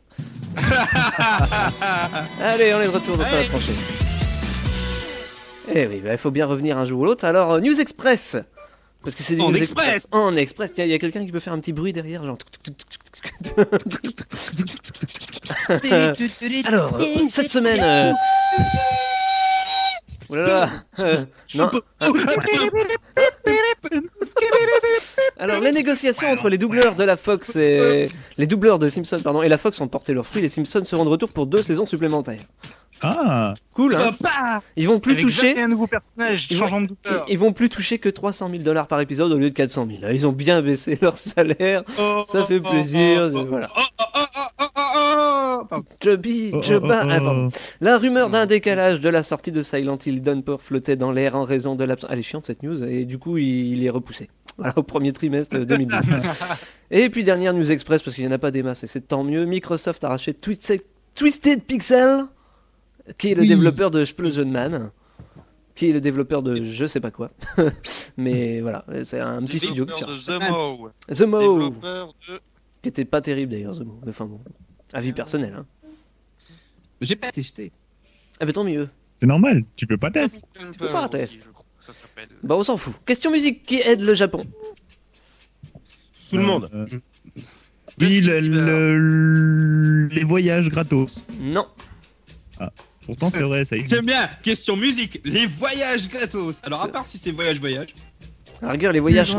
Speaker 3: Allez, on est de retour dans ça va trancher. Eh oui, il faut bien revenir un jour ou l'autre. Alors, euh, News Express. Parce que c'est des
Speaker 2: En
Speaker 3: news
Speaker 2: express.
Speaker 3: En express. Tiens, il y a quelqu'un qui peut faire un petit bruit derrière, genre. Alors, euh, cette semaine. Euh... Oh là là. Euh, non. Alors, les négociations entre les doubleurs de la Fox et les doubleurs de Simpsons, pardon, et la Fox ont porté leurs fruits. Les Simpsons seront de retour pour deux saisons supplémentaires.
Speaker 9: Ah,
Speaker 3: Cool, hein. Ils vont plus
Speaker 8: Avec
Speaker 3: toucher.
Speaker 8: un nouveau personnage,
Speaker 3: Ils
Speaker 8: changeant
Speaker 3: vont,
Speaker 8: de doubleur.
Speaker 3: ils vont plus toucher que trois cent mille dollars par épisode au lieu de quatre cent mille. Ils ont bien baissé leur salaire. Ça fait plaisir. Voilà. Chubby,
Speaker 9: Oh, oh,
Speaker 3: Chubba.
Speaker 9: oh,
Speaker 3: Ah, pardon.
Speaker 9: oh.
Speaker 3: La rumeur d'un décalage de la sortie de Silent Hill Downpour flottait dans l'air en raison de l'absence. Elle est chiante cette news et du coup il, il est repoussé. Voilà, au premier trimestre deux mille douze. Et puis dernière news express parce qu'il n'y en a pas des masses et c'est tant mieux. Microsoft a racheté Twisted, Twisted Pixel, qui est le
Speaker 9: Oui.
Speaker 3: développeur de Explosion Man, qui est le développeur de je sais pas quoi. Mais voilà, c'est un petit studio.
Speaker 10: Développeur de The Mow.
Speaker 3: The Mo,
Speaker 10: Développeur de...
Speaker 3: qui était pas terrible d'ailleurs, The Mo. Mais enfin bon, avis personnel. Hein.
Speaker 2: J'ai pas testé.
Speaker 3: Ah bah tant mieux.
Speaker 9: C'est normal, tu peux pas tester.
Speaker 3: Tu peux pas un test.
Speaker 10: Je crois que ça s'appelle.
Speaker 3: Bah on s'en fout. Question musique qui aide le Japon.
Speaker 4: Tout le monde.
Speaker 9: Euh, Oui, le- le- les voyages gratos.
Speaker 3: Non.
Speaker 9: Pourtant, c'est vrai, ça existe.
Speaker 2: J'aime bien. Question musique. Les voyages gratos. Alors, à part si c'est voyage voyage.
Speaker 3: Alors regarde les voyages.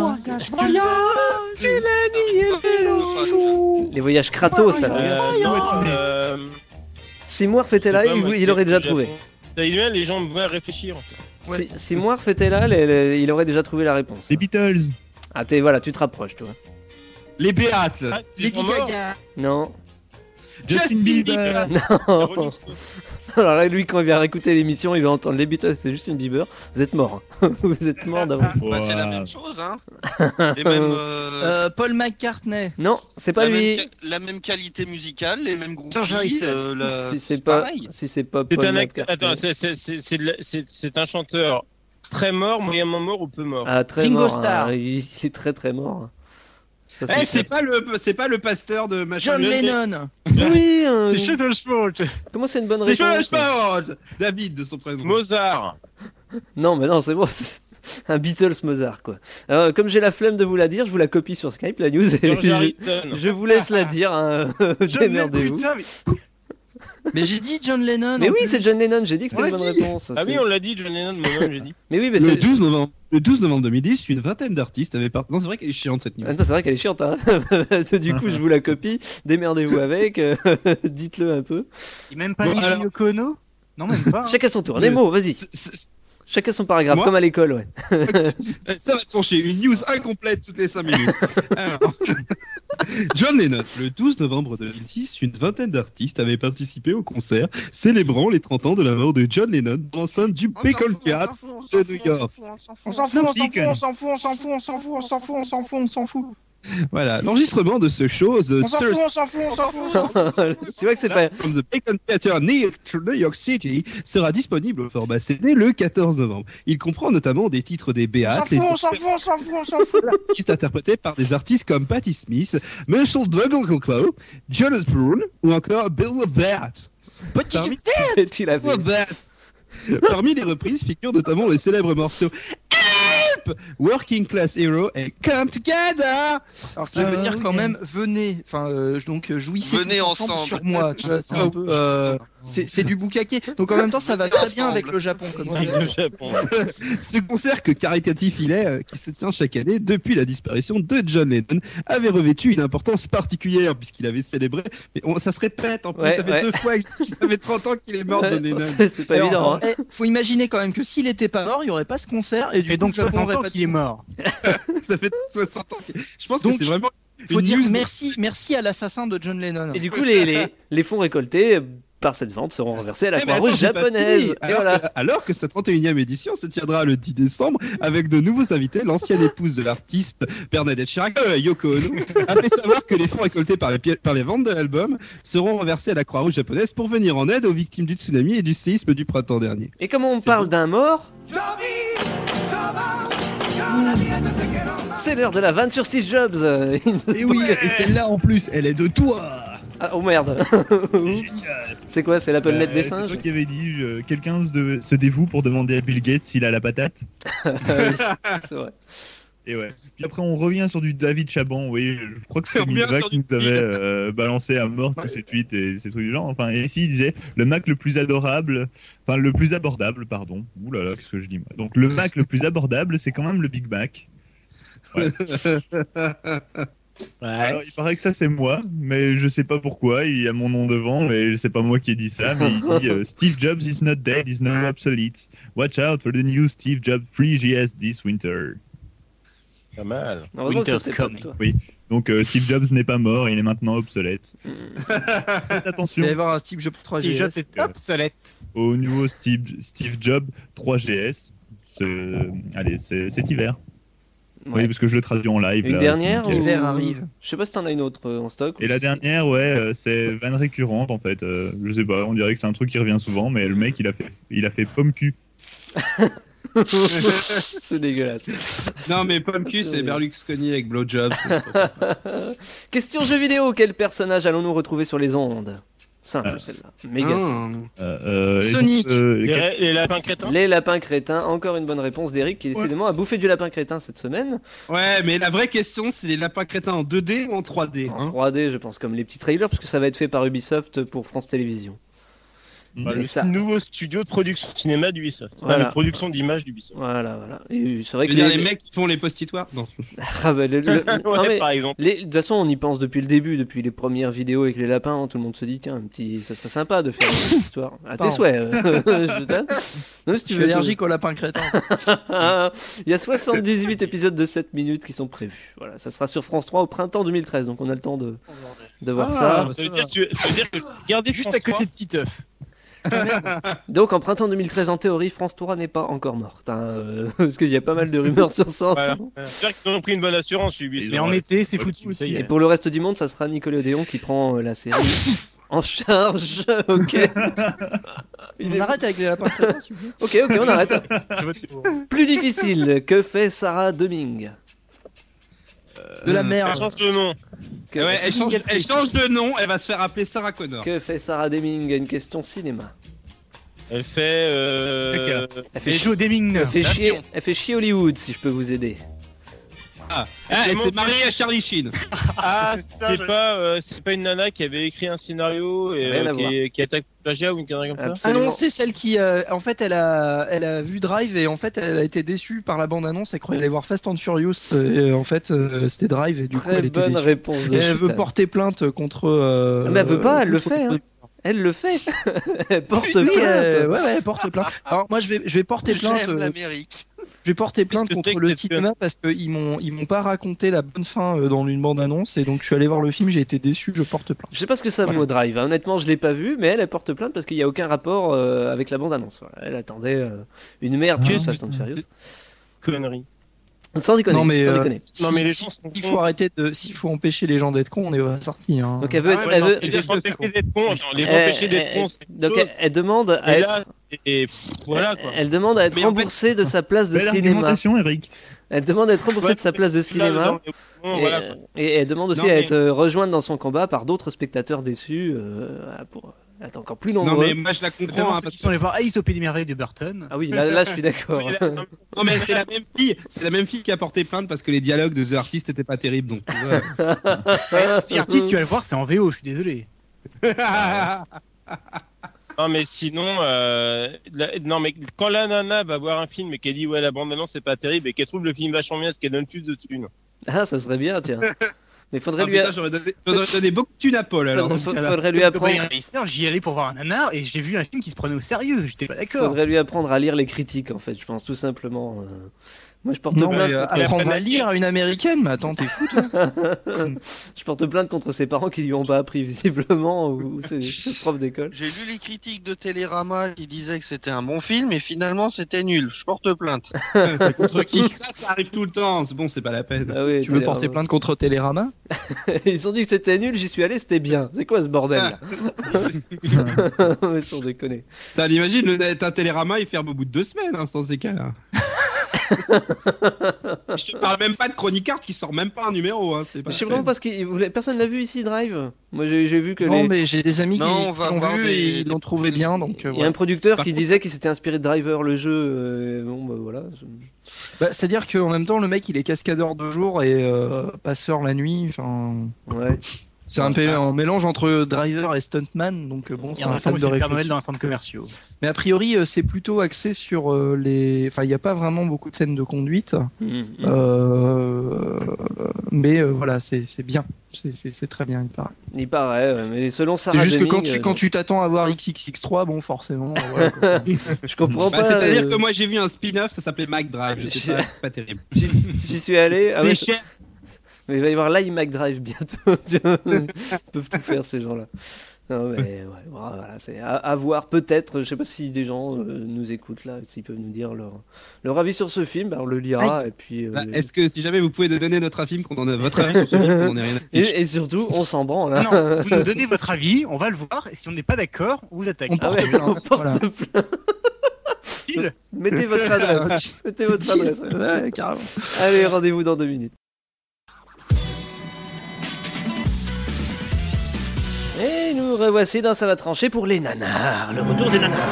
Speaker 3: Les voyages Kratos alors.
Speaker 4: Euh, non, euh,
Speaker 3: Seymour était là,
Speaker 4: je sais pas,
Speaker 3: il,
Speaker 4: moi,
Speaker 3: il aurait déjà
Speaker 4: Japon.
Speaker 3: trouvé.
Speaker 4: Ça y est, les gens vont réfléchir. En fait.
Speaker 3: Si Seymour était là, les- les- il aurait déjà trouvé la réponse.
Speaker 9: Les Beatles.
Speaker 3: Ah t'es voilà, tu te rapproches toi.
Speaker 2: Les Béates.
Speaker 4: Ah, ils
Speaker 2: Lady
Speaker 4: sont morts.
Speaker 2: Gaga.
Speaker 3: Non.
Speaker 9: Justin Bieber.
Speaker 3: Non. Alors là, lui, quand il vient écouter l'émission, il va entendre les Beatles, c'est Justin Bieber. Vous êtes mort. Vous êtes mort d'avance.
Speaker 10: Bah, c'est la
Speaker 9: Wow.
Speaker 10: même chose, hein. Les mêmes, euh,
Speaker 6: Euh, Paul McCartney.
Speaker 3: Non, c'est pas
Speaker 10: la, même,
Speaker 3: lui.
Speaker 10: ca- la même qualité musicale, les mêmes groupes.
Speaker 6: George Harrison.
Speaker 10: Euh, la-
Speaker 3: Si c'est pas,
Speaker 10: pareil.
Speaker 3: si c'est pas
Speaker 4: C'est
Speaker 3: Paul
Speaker 4: un acteur.
Speaker 3: McCartney.
Speaker 4: Attends, c'est- c'est- c'est- c'est de la- c'est- c'est un chanteur très mort, moyennement mort ou peu mort.
Speaker 3: Ah très
Speaker 6: Ringo
Speaker 3: mort.
Speaker 6: Starr.
Speaker 3: hein, Il il est très très mort. Ça,
Speaker 2: Eh, c'est pas le, c'est pas le pasteur de machin.
Speaker 6: John
Speaker 2: Le-
Speaker 6: Lennon.
Speaker 3: Oui. hein,
Speaker 2: C'est Schultzfeld.
Speaker 3: Comment c'est une bonne
Speaker 2: C'est
Speaker 3: réponse?
Speaker 2: Schultzfeld. David de son prénom.
Speaker 4: Mozart.
Speaker 3: Non, mais non, c'est bon. c'est Un Beatles Mozart quoi. Alors, comme j'ai la flemme de vous la dire, je vous la copie sur Skype la news et
Speaker 4: George
Speaker 3: je,
Speaker 4: Harrison.
Speaker 3: je vous laisse la dire. Hein.
Speaker 2: John
Speaker 3: Démerdez-vous.
Speaker 2: Lennon, putain, mais-
Speaker 6: Mais j'ai dit John Lennon.
Speaker 3: Mais
Speaker 6: en
Speaker 3: oui,
Speaker 6: plus.
Speaker 3: c'est John Lennon. J'ai dit que c'était
Speaker 2: On
Speaker 3: une
Speaker 2: l'a
Speaker 3: bonne
Speaker 2: dit.
Speaker 3: réponse.
Speaker 4: Ah
Speaker 3: c'est-
Speaker 4: oui, on l'a dit, John Lennon, moi-même, j'ai dit.
Speaker 3: Mais oui, mais
Speaker 2: Le
Speaker 3: c'est.
Speaker 2: douze novembre, le douze novembre deux mille dix, une vingtaine d'artistes avaient participé. Non, c'est vrai qu'elle est chiante cette news.
Speaker 3: Attends, c'est vrai qu'elle est chiante. Hein. Du coup, je vous la copie. Démerdez-vous avec. euh, Dites-le un peu.
Speaker 8: Il même pas
Speaker 2: Bon,
Speaker 8: Michel
Speaker 2: alors-
Speaker 8: Yoko Ono. Non, même pas. hein.
Speaker 3: Chacun son tour. Nemo, vas-y.
Speaker 2: C'est- c'est-
Speaker 3: Chacun son paragraphe,
Speaker 2: Moi
Speaker 3: comme à l'école, ouais.
Speaker 2: Euh, Ça va te pencher, une news incomplète toutes les cinq minutes. Alors, John Lennon, le douze novembre deux mille dix, une vingtaine d'artistes avaient participé au concert célébrant les trente ans de la mort de John Lennon dans l'enceinte du Bacon Theatre de New York.
Speaker 6: On s'en fout, on s'en fout,
Speaker 9: Beacon.
Speaker 6: on s'en fout, on s'en fout, on s'en fout, on s'en fout, on s'en fout, on s'en fout.
Speaker 2: Voilà, l'enregistrement de ce show, The
Speaker 6: On s'en fout, on s'en fout, on s'en fout, on s'en fout.
Speaker 3: Tu vois que c'est pas.
Speaker 2: from the Bacon Theatre New New York City sera disponible au format C D le quatorze novembre. Il comprend notamment des titres des
Speaker 6: On s'en
Speaker 2: Béates,
Speaker 6: fout,
Speaker 2: les
Speaker 6: on s'en fout, on s'en fout, on s'en fout.
Speaker 2: artistes interprétés par des artistes comme Patti Smith, Marshall Douglas, Jonas Brown ou encore Bill Levert.
Speaker 6: Petit
Speaker 2: Parmi,
Speaker 3: Tu l'as fait.
Speaker 2: Levert. Parmi les reprises figurent notamment les célèbres morceaux Help, Working Class Hero et Come Together.
Speaker 6: Alors ça veut dire quand même, venez, enfin euh, donc euh, jouissez
Speaker 10: Venez
Speaker 6: tous ensemble
Speaker 10: ensemble.
Speaker 6: sur moi. Tu vois, c'est un peu, euh, c'est c'est du boucaquet. Donc en même temps, ça va très bien avec le Japon, comme tu
Speaker 4: Avec le
Speaker 6: dis.
Speaker 4: Japon.
Speaker 2: Ce concert que caritatif il est, euh, qui se tient chaque année depuis la disparition de John Lennon, avait revêtu une importance particulière puisqu'il avait célébré. Mais on- ça se répète en plus,
Speaker 3: Ouais,
Speaker 2: ça fait
Speaker 3: ouais.
Speaker 2: deux fois que ça fait trente ans qu'il est mort, John
Speaker 3: Ouais,
Speaker 2: Lennon.
Speaker 3: c'est c'est pas
Speaker 6: Alors,
Speaker 3: évident. Hein.
Speaker 6: eh, faut imaginer quand même que s'il était pas mort, il y aurait pas ce concert et du
Speaker 8: Et
Speaker 6: coup,
Speaker 8: donc
Speaker 6: le Japon
Speaker 8: soixante
Speaker 6: aurait
Speaker 8: ans
Speaker 6: pas de
Speaker 8: qu'il est
Speaker 6: son.
Speaker 8: mort.
Speaker 2: Ça fait soixante ans. que- Je pense
Speaker 6: Donc,
Speaker 2: que c'est vraiment.
Speaker 6: Faut
Speaker 2: une
Speaker 6: dire
Speaker 2: news-
Speaker 6: merci, merci à l'assassin de John Lennon.
Speaker 3: Et du coup, les, les, les fonds récoltés euh, par cette vente seront reversés à la
Speaker 2: Eh, mais attends,
Speaker 3: Croix-Rouge
Speaker 2: j'ai pas
Speaker 3: japonaise.
Speaker 2: fini.
Speaker 3: Et
Speaker 2: Alors,
Speaker 3: voilà.
Speaker 2: que, alors que sa trente et unième édition se tiendra le dix décembre avec de nouveaux invités, l'ancienne épouse de l'artiste Bernadette Chirac, euh, Yoko Ono, a fait savoir que les fonds récoltés par les, pi- par les ventes de l'album seront reversés à la Croix-Rouge japonaise pour venir en aide aux victimes du tsunami et du séisme du printemps dernier.
Speaker 3: Et comme on parle d'un mort, c'est l'heure de la vanne sur Steve Jobs. Euh,
Speaker 9: Et oui, et celle-là en plus, elle est de toi.
Speaker 3: Ah, oh merde.
Speaker 9: C'est génial.
Speaker 3: C'est quoi? C'est l'Apple Net
Speaker 9: Euh,
Speaker 3: des
Speaker 9: c'est
Speaker 3: singes?
Speaker 9: toi qui avais dit euh, quelqu'un se, de- se dévoue pour demander à Bill Gates s'il a la patate.
Speaker 3: Ah oui, c'est vrai.
Speaker 9: Et ouais. Puis après, on revient sur du David Chaban. Oui, je crois que c'est
Speaker 2: On revient
Speaker 9: Milva
Speaker 2: sur
Speaker 9: qui
Speaker 2: du
Speaker 9: nous avait
Speaker 2: tweet.
Speaker 9: euh, balancé à mort tous ces tweets et ces trucs du genre. Enfin, et ici, il disait le Mac le plus adorable, enfin le plus abordable, pardon. Ouh là là, qu'est-ce que je dis moi. Donc le Mac le plus abordable, c'est quand même le Big Mac. Ouais. Alors, il paraît que ça c'est moi, mais je sais pas pourquoi. Il y a mon nom devant, mais c'est pas moi qui ai dit ça. Mais il dit euh, Steve Jobs is not dead, is not obsolete. Watch out for the new Steve Jobs three G S this winter.
Speaker 4: Pas mal.
Speaker 3: Heureusement que
Speaker 8: Winter's
Speaker 3: c'était pas
Speaker 8: coming.
Speaker 3: toi.
Speaker 9: Oui. Donc euh, Steve Jobs n'est pas mort, il est maintenant obsolète.
Speaker 3: Mm.
Speaker 9: Faites
Speaker 6: Il va y
Speaker 9: attention
Speaker 6: avoir un Steve Jobs trois
Speaker 8: Steve
Speaker 6: G
Speaker 8: Jobs
Speaker 6: S.
Speaker 8: est obsolète.
Speaker 9: au nouveau Steve, Steve Jobs trois G S. C'est- Allez, c'est cet hiver.
Speaker 3: Ouais.
Speaker 9: Oui, parce que je le traduis en live.
Speaker 3: Une
Speaker 9: là,
Speaker 3: dernière
Speaker 9: c'est nickel.
Speaker 3: ou-
Speaker 6: L'hiver arrive.
Speaker 3: Je sais pas si t'en as une autre euh, en stock.
Speaker 9: Et la dernière, ouais, euh, c'est vanne récurrente en fait. Euh, je sais pas, on dirait que c'est un truc qui revient souvent, mais le mec il a fait, il a fait pomme cul.
Speaker 3: C'est dégueulasse.
Speaker 2: Non, mais pomme cul, c'est Berlusconi avec blowjobs.
Speaker 3: Question jeu vidéo. Quel personnage allons-nous retrouver sur les ondes? Simple
Speaker 9: Ah.
Speaker 3: celle-là. Méga simple.
Speaker 2: Ah.
Speaker 9: Euh, euh, et
Speaker 6: Sonic.
Speaker 9: donc, euh,
Speaker 4: Les,
Speaker 9: quel-
Speaker 4: ra- les lapins crétins.
Speaker 3: Les lapins crétins. Encore une bonne réponse d'Eric qui décidément a bouffé du lapin crétin cette semaine.
Speaker 2: Ouais, mais la vraie question, c'est les lapins crétins en deux D ou en trois D
Speaker 3: En
Speaker 2: hein
Speaker 3: trois D, je pense, comme les petits trailers, parce que ça va être fait par Ubisoft pour France Télévisions.
Speaker 4: Bah,
Speaker 3: Et
Speaker 4: le
Speaker 3: ça-
Speaker 4: nouveau studio de production cinéma d'Ubisoft. Enfin,
Speaker 3: Voilà.
Speaker 4: de production d'images d'Ubisoft.
Speaker 3: Voilà, voilà. Et c'est vrai
Speaker 2: Je
Speaker 3: que
Speaker 2: veux dire, les mecs qui font les post-itoires Non.
Speaker 3: Ah bah, le- le-
Speaker 4: Ouais,
Speaker 3: non, mais
Speaker 4: par exemple.
Speaker 3: les- de toute façon, on y pense depuis le début, depuis les premières vidéos avec les lapins. hein, tout le monde se dit, tiens, un petit, ça serait sympa de faire une petite histoire. À tes
Speaker 6: Pardon.
Speaker 3: souhaits. euh, je t'aime. Non, si
Speaker 6: Je
Speaker 3: tu
Speaker 6: suis
Speaker 3: veux.
Speaker 6: allergique au lapin crétin.
Speaker 3: Il y a soixante-dix-huit épisodes de sept minutes qui sont prévus. Voilà, ça sera sur France trois au printemps deux mille treize, donc on a le temps de, de voir
Speaker 2: Ah,
Speaker 3: ça.
Speaker 4: Ça veut dire, tu- ça veut dire que regardez
Speaker 8: Juste
Speaker 4: France
Speaker 8: à côté
Speaker 4: trois,
Speaker 8: de Titeuf.
Speaker 3: Donc en printemps deux mille treize, en théorie, France trois n'est pas encore morte. hein, euh, parce qu'il y a pas mal de rumeurs sur ça. en ce
Speaker 4: Voilà.
Speaker 3: moment.
Speaker 4: J'espère qu'ils ont pris une bonne assurance, Ubisoft.
Speaker 8: Mais en été, c'est foutu. Ça y
Speaker 3: Et
Speaker 8: est.
Speaker 3: pour le reste du monde, ça sera Nicolas Odéon qui prend euh, la série en charge. Ok.
Speaker 6: On arrête avec les lapins crétins, s'il vous plaît.
Speaker 3: Ok, ok, on arrête.
Speaker 8: Je vote pour.
Speaker 3: Plus difficile, que fait Sarah Deming?
Speaker 6: De la
Speaker 4: Elle
Speaker 6: merde.
Speaker 4: change de nom.
Speaker 3: Que,
Speaker 2: Ouais, elle, change, elle change de nom, elle va se faire appeler Sarah Connor.
Speaker 3: que fait Sarah Deming? Une question cinéma.
Speaker 4: Elle fait. Euh...
Speaker 9: Caca.
Speaker 3: Elle fait,
Speaker 8: Elle
Speaker 3: chi-
Speaker 8: joue au Deming.
Speaker 3: elle fait chier, elle fait chier Hollywood, si je peux vous aider.
Speaker 2: Ah, ah, elle s'est mariée à Charlie Sheen.
Speaker 4: Ah, c'est pas, euh, c'est pas une nana qui avait écrit un scénario et
Speaker 3: Rien à
Speaker 4: euh,
Speaker 3: voir.
Speaker 4: qui, qui attaque plagiat ou une connerie comme ça.
Speaker 6: Ah
Speaker 3: Absolument.
Speaker 6: non, c'est celle qui, euh, en fait, elle a, elle a vu Drive et en fait, elle a été déçue par la bande-annonce. Elle croyait aller voir Fast and Furious et en fait, euh, c'était Drive et du coup,
Speaker 3: Très
Speaker 6: elle était
Speaker 3: bonne
Speaker 6: déçue.
Speaker 3: réponse de
Speaker 6: Et elle veut
Speaker 3: Chutan.
Speaker 6: porter plainte contre. euh,
Speaker 3: Ah, mais elle veut pas, elle le
Speaker 6: contre-
Speaker 3: fait, hein. Elle le fait. Elle porte
Speaker 6: Oui,
Speaker 3: plainte.
Speaker 6: euh, ouais, ouais, elle porte plainte. Alors moi, je vais, je vais porter plainte.
Speaker 10: J'aime
Speaker 6: euh,
Speaker 10: l'Amérique.
Speaker 6: Je vais porter plainte
Speaker 4: Qu'est-ce que
Speaker 6: contre
Speaker 4: c'est que
Speaker 6: le
Speaker 4: cette
Speaker 6: cinéma parce qu'ils m'ont, ils m'ont pas raconté la bonne fin euh, dans une bande-annonce et donc je suis allé voir le film, j'ai été déçu, je porte plainte.
Speaker 3: Je sais pas ce que ça vaut Drive. hein. Honnêtement, je l'ai pas vu, mais elle, elle porte plainte parce qu'il y a aucun rapport euh, avec la bande-annonce. Voilà. Elle attendait euh, une merde
Speaker 6: Ah.
Speaker 3: de Fast and Furious.
Speaker 4: Connerie.
Speaker 3: Sans déconner.
Speaker 6: Non mais,
Speaker 3: sans
Speaker 6: euh,
Speaker 3: déconner.
Speaker 4: Non, mais les
Speaker 6: si-
Speaker 4: gens sont
Speaker 6: s'il
Speaker 4: cons.
Speaker 6: faut arrêter de, s'il faut empêcher les gens d'être cons, on est à la sortie. Hein.
Speaker 3: Donc elle veut
Speaker 2: Ah
Speaker 3: être,
Speaker 2: ouais,
Speaker 3: elle
Speaker 2: non,
Speaker 3: veut-
Speaker 2: c'est-
Speaker 4: Les empêcher d'être cons, genre, les
Speaker 3: elle-
Speaker 4: empêcher d'être
Speaker 3: elle-
Speaker 4: cons, c'est une
Speaker 3: donc
Speaker 4: chose.
Speaker 3: elle, elle demande à
Speaker 4: Et
Speaker 3: être,
Speaker 4: là, et pff, voilà quoi.
Speaker 3: elle demande à être
Speaker 2: Mais en fait-
Speaker 3: remboursée de sa place de
Speaker 9: Belle
Speaker 3: cinéma.
Speaker 9: argumentation, Eric.
Speaker 3: Elle demande à être remboursée
Speaker 4: Ouais,
Speaker 3: de sa place de
Speaker 4: là,
Speaker 3: cinéma.
Speaker 4: non, mais bon,
Speaker 3: Et,
Speaker 4: voilà,
Speaker 3: euh,
Speaker 4: quoi.
Speaker 3: et elle demande aussi
Speaker 2: Non,
Speaker 3: à
Speaker 2: mais-
Speaker 3: être euh, rejointe dans son combat par d'autres spectateurs déçus euh, pour être encore plus nombreux.
Speaker 2: Non, mais moi je la comprends.
Speaker 8: Notamment
Speaker 2: hein,
Speaker 8: ceux
Speaker 2: parce
Speaker 8: qui
Speaker 2: que-
Speaker 8: sont allés voir Alice au Pays des Merveilles de Burton.
Speaker 3: Ah oui, là, là je suis d'accord.
Speaker 4: Oui, là, non,
Speaker 2: Non, mais c'est la même fille. C'est la même fille qui a porté plainte parce que les dialogues de The Artist n'étaient pas terribles. Donc, tu vois.
Speaker 8: Si artiste, tu vas le voir, c'est en V O, je suis désolé.
Speaker 4: Non mais sinon, euh, la- non mais quand la nana va voir un film et qu'elle dit ouais la bande annonce c'est pas terrible et qu'elle trouve le film vachement bien, parce qu'elle donne plus de thunes.
Speaker 3: Ah, ça serait bien, tiens. Mais faudrait
Speaker 2: Ah,
Speaker 3: lui,
Speaker 2: putain, j'aurais donné, j'aurais donné beaucoup de thunes à Paul alors. dans ce
Speaker 3: faudrait,
Speaker 2: cas-là.
Speaker 3: faudrait lui
Speaker 8: Comme
Speaker 3: apprendre.
Speaker 8: Brian Reiser, j'y allais pour voir un nanar et j'ai vu un film qui se prenait au sérieux. J'étais pas d'accord.
Speaker 3: Faudrait lui apprendre à lire les critiques, en fait, je pense, tout simplement. euh. Moi, je porte
Speaker 6: Non,
Speaker 3: plainte
Speaker 6: mais euh,
Speaker 3: contre...
Speaker 6: apprendre à lire à une américaine, mais attends, t'es fou toi.
Speaker 3: je porte plainte contre ses parents qui lui ont pas appris, visiblement, ou ses, ses profs d'école.
Speaker 10: J'ai lu les critiques de Télérama qui disaient que c'était un bon film et finalement c'était nul. Je porte plainte.
Speaker 2: Contre qui Ça, ça arrive tout le temps. C'est bon, c'est pas la peine.
Speaker 3: Ah oui,
Speaker 6: Tu veux
Speaker 3: Télérama.
Speaker 6: porter plainte contre Télérama?
Speaker 3: Ils ont dit que c'était nul, j'y suis allé, c'était bien. C'est quoi ce bordel là Mais sans déconner.
Speaker 2: Putain, l'imagine, le net un Télérama, il ferme au bout de deux semaines, hein, dans ces cas-là. Je te parle même pas de Chronicard qui sort même pas un numéro. Hein, c'est pas
Speaker 3: Je sais
Speaker 2: la
Speaker 3: vraiment
Speaker 2: peine.
Speaker 3: parce que personne l'a vu ici, Drive. Moi j'ai j'ai vu que
Speaker 6: Non,
Speaker 3: les...
Speaker 6: mais j'ai des amis qui
Speaker 10: Non, on va
Speaker 6: l'ont
Speaker 10: voir
Speaker 6: vu
Speaker 10: des-
Speaker 6: et ils l'ont trouvé bien, donc. euh,
Speaker 3: Il y a
Speaker 6: voilà.
Speaker 3: un producteur
Speaker 2: Par
Speaker 3: qui
Speaker 2: contre-
Speaker 3: disait qu'il s'était inspiré de Driver le jeu. euh, bon bah voilà.
Speaker 6: Bah, c'est-à-dire qu'en même temps, le mec, il est cascadeur de jour et euh, passeur la nuit. Enfin,
Speaker 3: ouais.
Speaker 6: C'est un, peu, un mélange entre driver et stuntman, donc euh, bon, c'est un set de
Speaker 8: Père Noël
Speaker 6: réflexion.
Speaker 8: dans un centre commercial.
Speaker 6: Mais a priori, euh, c'est plutôt axé sur euh, les. Enfin, il n'y a pas vraiment beaucoup de scènes de conduite,
Speaker 3: Mmh.
Speaker 6: euh, mais euh, voilà, c'est c'est bien, c'est c'est- c'est très bien, il paraît.
Speaker 3: Il paraît, ouais, mais selon Sarah
Speaker 6: C'est juste que quand
Speaker 3: Deming,
Speaker 6: tu
Speaker 3: euh,
Speaker 6: quand tu t'attends à voir X X X trois, bon, forcément, euh, voilà, quoi.
Speaker 3: je comprends
Speaker 2: Bah,
Speaker 3: pas.
Speaker 2: C'est-à-dire
Speaker 3: euh,
Speaker 2: que moi j'ai vu un spin-off, ça s'appelait Mac Drive. Je sais
Speaker 3: J'ai-
Speaker 2: pas, c'est pas terrible.
Speaker 3: J'y j'y suis allé. Ah ouais,
Speaker 8: C'est cher.
Speaker 3: mais il va y avoir l'iMac Drive bientôt. Tu vois, Ils peuvent tout faire ces gens-là. Non mais ouais, voilà, c'est à, à voir peut-être. Je sais pas si des gens euh, nous écoutent là, s'ils peuvent nous dire leur, leur avis sur ce film, ben, on le lira et puis. euh,
Speaker 2: Là,
Speaker 3: les-
Speaker 2: Est-ce que si jamais vous pouvez nous donner notre avis, qu'on en a votre avis sur ce film, qu'on en ait rien à fiche.
Speaker 3: et, et surtout, on s'en branle. hein.
Speaker 8: Non, vous nous donnez votre avis, on va le voir, et si on n'est pas d'accord, on vous attaque.
Speaker 6: On
Speaker 3: Ah
Speaker 6: porte
Speaker 3: ouais,
Speaker 6: plainte,
Speaker 3: on porte
Speaker 6: voilà.
Speaker 3: plainte.
Speaker 8: Pile.
Speaker 3: Mettez votre adresse. Mettez votre adresse.
Speaker 6: Ouais, carrément.
Speaker 3: Allez, rendez-vous dans deux minutes. Et nous revoici dans Ça va trancher pour les nanars. Le retour des nanars.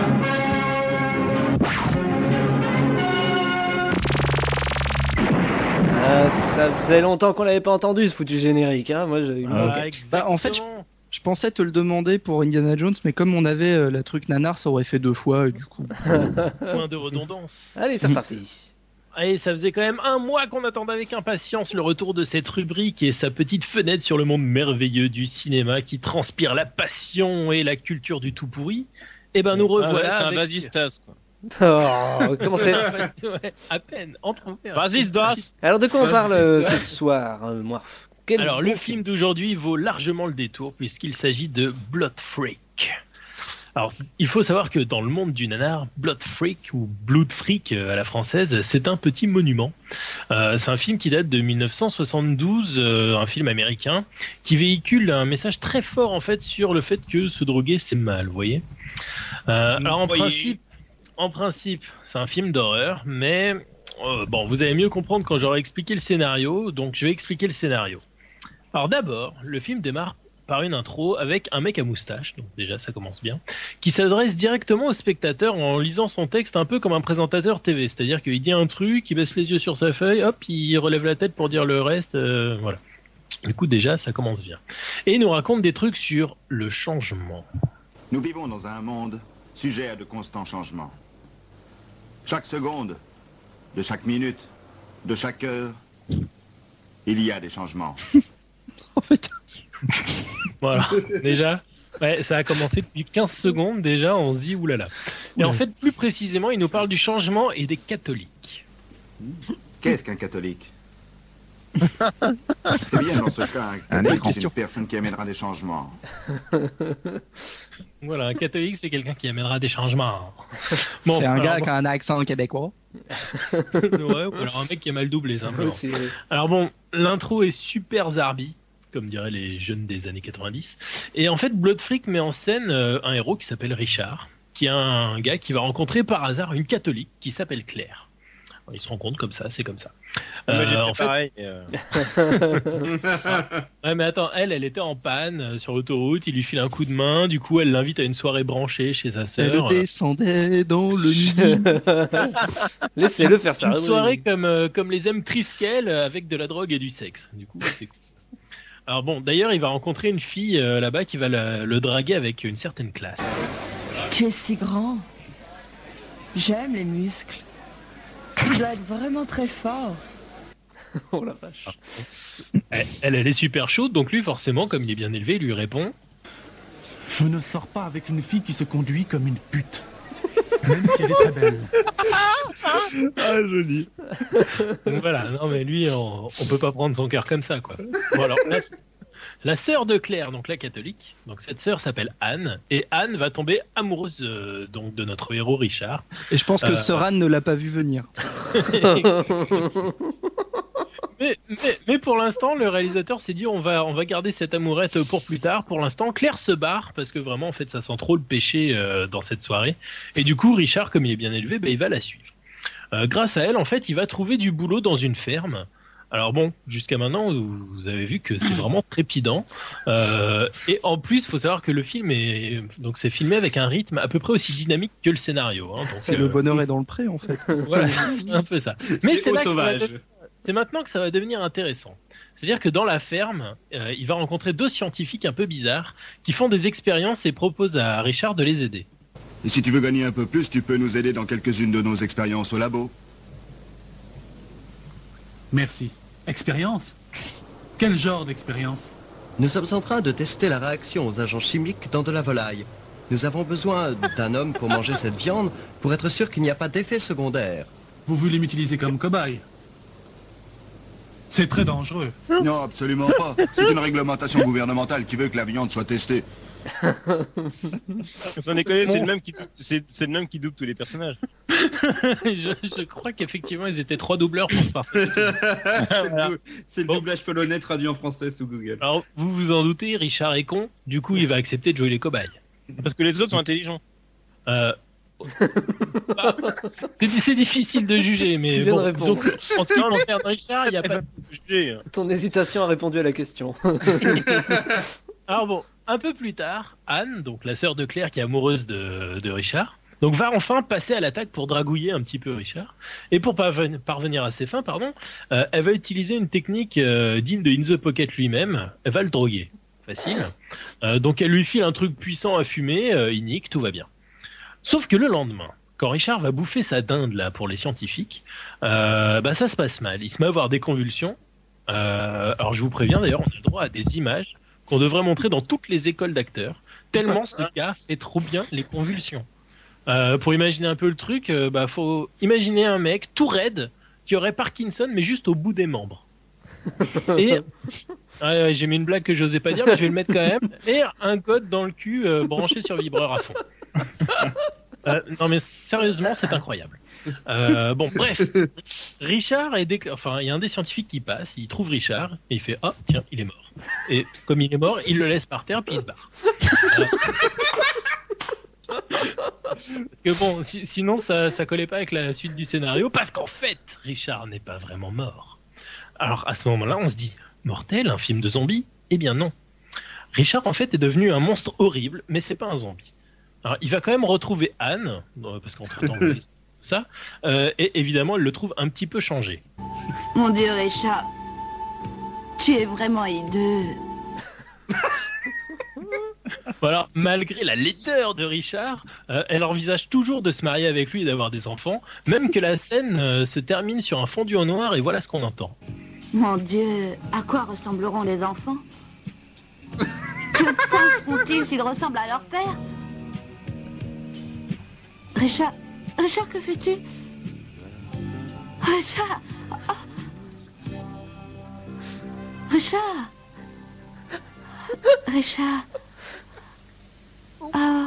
Speaker 3: Ah, ça faisait longtemps qu'on l'avait pas entendu ce foutu générique. Hein. Moi, j'ai eu le
Speaker 9: Ah,
Speaker 3: manque.
Speaker 6: Bah, en fait, je, je pensais te le demander pour Indiana Jones, mais comme on avait euh, la truc nanar, ça aurait fait deux fois, et du coup.
Speaker 7: Point de redondance.
Speaker 3: Allez, c'est reparti.
Speaker 7: Allez, ça faisait quand même un mois qu'on attendait avec impatience le retour de cette rubrique et sa petite fenêtre sur le monde merveilleux du cinéma qui transpire la passion et la culture du tout pourri. Et ben nous
Speaker 4: Ah ouais,
Speaker 7: revoilà.
Speaker 4: c'est un
Speaker 7: avec-
Speaker 4: vasistas, quoi.
Speaker 3: Oh, comment c'est
Speaker 7: Ouais, à peine, entre
Speaker 4: Vasistas.
Speaker 3: Alors, de quoi on parle euh, ce soir, hein, Moirf? Quel
Speaker 7: Alors,
Speaker 3: bon
Speaker 7: le film d'aujourd'hui vaut largement le détour puisqu'il s'agit de Blood Freak. Alors, il faut savoir que dans le monde du nanar, Blood Freak ou Blood Freak euh, à la française, c'est un petit monument. Euh, c'est un film qui date de mille neuf cent soixante-douze, euh, un film américain, qui véhicule un message très fort en fait sur le fait que se droguer c'est mal, vous voyez. Euh, alors en
Speaker 2: Voyez.
Speaker 7: principe, en principe, c'est un film d'horreur, mais euh, bon, vous allez mieux comprendre quand j'aurai expliqué le scénario, donc je vais expliquer le scénario. Alors d'abord, le film démarre par une intro avec un mec à moustache, donc déjà ça commence bien, qui s'adresse directement au spectateur en lisant son texte un peu comme un présentateur T V, c'est-à-dire qu'il dit un truc, il baisse les yeux sur sa feuille, hop, il relève la tête pour dire le reste, euh, voilà. Du coup déjà ça commence bien. Et il nous raconte des trucs sur le changement.
Speaker 11: Nous vivons dans un monde sujet à de constants changements. Chaque seconde, de chaque minute, de chaque heure, il y a des changements.
Speaker 6: En fait,
Speaker 7: Voilà, déjà, ouais, ça a commencé depuis quinze secondes, déjà, on se dit oulala. Et en fait, plus précisément, il nous parle du changement et des catholiques.
Speaker 11: Qu'est-ce qu'un catholique? Eh bien, dans ce cas, un
Speaker 9: Un
Speaker 11: catholique,
Speaker 9: écran.
Speaker 11: c'est une personne qui amènera des changements.
Speaker 7: Voilà, un catholique, c'est quelqu'un qui amènera des changements. Bon,
Speaker 6: c'est un
Speaker 7: alors,
Speaker 6: gars qui a un accent québécois.
Speaker 7: ouais, ou alors un mec qui a mal doublé, simplement.
Speaker 3: Aussi, oui.
Speaker 7: Alors bon, l'intro est super zarbi, comme diraient les jeunes des années quatre-vingt-dix. Et en fait, Blood Freak met en scène euh, un héros qui s'appelle Richard, qui est un gars qui va rencontrer par hasard une catholique qui s'appelle Claire. Il se rend compte comme ça, c'est comme ça.
Speaker 4: Moi, j'ai
Speaker 7: Euh,
Speaker 4: fait
Speaker 7: en fait-
Speaker 4: pareil. euh.
Speaker 7: Ouais, mais attends, elle, elle était en panne euh, sur l'autoroute, il lui file un coup de main, du coup, elle l'invite à une soirée branchée chez sa
Speaker 6: Elle
Speaker 7: sœur.
Speaker 6: descendait dans le nid.
Speaker 3: Laissez-le faire ça.
Speaker 7: Une
Speaker 3: oui.
Speaker 7: soirée comme, euh, comme les aime Triskel euh, avec de la drogue et du sexe. Du coup, c'est cool. Alors bon, d'ailleurs, il va rencontrer une fille euh, là-bas qui va la- le draguer avec une certaine classe.
Speaker 12: Tu es si grand. J'aime les muscles. Tu dois être vraiment très fort.
Speaker 3: Oh la vache.
Speaker 7: Elle, elle, elle est super chaude, donc lui, forcément, comme il est bien élevé, il lui répond
Speaker 13: Je ne sors pas avec une fille qui se conduit comme une pute. Même si elle est très belle.
Speaker 9: Ah, joli.
Speaker 7: Donc voilà, non mais lui, on, on peut pas prendre son cœur comme ça, quoi. Bon alors, la, la sœur de Claire, donc la catholique, donc cette sœur s'appelle Anne, et Anne va tomber amoureuse euh, donc de notre héros Richard.
Speaker 6: Et je pense que
Speaker 7: Euh.
Speaker 6: Sir Anne ne l'a pas vu venir.
Speaker 7: mais, mais, mais pour l'instant, le réalisateur s'est dit on va, on va garder cette amourette pour plus tard. Pour l'instant, Claire se barre parce que vraiment, en fait, ça sent trop le péché euh, dans cette soirée. Et du coup, Richard, comme il est bien élevé, bah, il va la suivre. Euh, grâce à elle, en fait, il va trouver du boulot dans une ferme. Alors bon, jusqu'à maintenant, vous vous avez vu que c'est vraiment trépidant. Euh, et en plus, il faut savoir que le film est donc c'est filmé avec un rythme à peu près aussi dynamique que le scénario. Hein, donc,
Speaker 6: C'est
Speaker 7: euh,
Speaker 6: le bonheur est dans le pré en fait.
Speaker 7: Voilà, c'est un peu ça.
Speaker 2: C'est au
Speaker 7: là que ça va
Speaker 2: sauvage.
Speaker 7: devenir- c'est maintenant que ça va devenir intéressant. C'est-à-dire que dans la ferme, euh, il va rencontrer deux scientifiques un peu bizarres qui font des expériences et proposent à Richard de les aider.
Speaker 11: Et si tu veux gagner un peu plus, tu peux nous aider dans quelques-unes de nos expériences au labo.
Speaker 13: Merci. Expérience? Quel genre d'expérience?
Speaker 14: Nous sommes en train de tester la réaction aux agents chimiques dans de la volaille. Nous avons besoin d'un homme pour manger cette viande pour être sûr qu'il n'y a pas d'effet secondaire.
Speaker 13: Vous voulez m'utiliser comme cobaye? C'est très dangereux.
Speaker 11: Non, absolument pas. C'est une réglementation gouvernementale qui veut que la viande soit testée.
Speaker 4: Sans déconner, c'est le même qui, c'est, c'est le même qui double tous les personnages.
Speaker 7: je, je crois qu'effectivement, ils étaient trois doubleurs pour ce parti.
Speaker 2: C'est le, dou- c'est le doublage polonais traduit en français sous Google.
Speaker 7: Alors, vous vous en doutez, Richard est con, du coup, il va accepter de jouer les cobayes.
Speaker 4: Parce que les autres sont intelligents.
Speaker 7: Euh... bah, c'est, c'est difficile de juger, mais
Speaker 3: Tu viens
Speaker 7: bon,
Speaker 3: de répondre.
Speaker 7: disons que, en tout cas, l'enfer de Richard, il n'y a pas de juger.
Speaker 3: Ton hésitation a répondu à la question.
Speaker 7: Alors bon, un peu plus tard, Anne, donc la sœur de Claire qui est amoureuse de, de Richard, donc va enfin passer à l'attaque pour dragouiller un petit peu Richard. Et pour parven- parvenir à ses fins, pardon, euh, elle va utiliser une technique euh, digne de In the Pocket lui-même. Elle va le droguer. Facile. Euh, donc elle lui file un truc puissant à fumer, euh, il nique, tout va bien. Sauf que le lendemain, quand Richard va bouffer sa dinde là pour les scientifiques, euh, bah ça se passe mal. Il se met à avoir des convulsions. Euh, alors je vous préviens d'ailleurs, on a le droit à des images qu'on devrait montrer dans toutes les écoles d'acteurs, tellement ce gars fait trop bien les convulsions. Euh, pour imaginer un peu le truc, euh, bah faut imaginer un mec tout raide qui aurait Parkinson mais juste au bout des membres. Et ouais, ouais, j'ai mis une blague que j'osais pas dire, mais je vais le mettre quand même. Et un code dans le cul euh, branché sur vibreur à fond. Euh, non mais sérieusement, c'est incroyable. Euh, bon, bref, Richard est déc... enfin, il y a un des scientifiques qui passe, il trouve Richard et il fait ah tiens, il est mort. Et comme il est mort, il le laisse par terre puis il se barre. Euh... Parce que bon, si, sinon ça, ça collait pas avec la suite du scénario, parce qu'en fait, Richard n'est pas vraiment mort. Alors à ce moment-là, on se dit mortel, un film de zombies? Eh bien non. Richard en fait est devenu un monstre horrible, mais c'est pas un zombie. Alors, il va quand même retrouver Anne, euh, parce qu'entre-temps, tout ça, euh, et évidemment, elle le trouve un petit peu changé.
Speaker 15: Mon Dieu, Richard, tu es vraiment hideux.
Speaker 7: Voilà, malgré la laideur de Richard, euh, elle envisage toujours de se marier avec lui et d'avoir des enfants, même que la scène euh, se termine sur un fondu en noir, et voilà ce qu'on entend.
Speaker 15: Mon Dieu, à quoi ressembleront les enfants? Que penseront-ils s'ils ressemblent à leur père? Richard, Richard, que fais-tu? Richard, oh. Richard, Richard. Oh.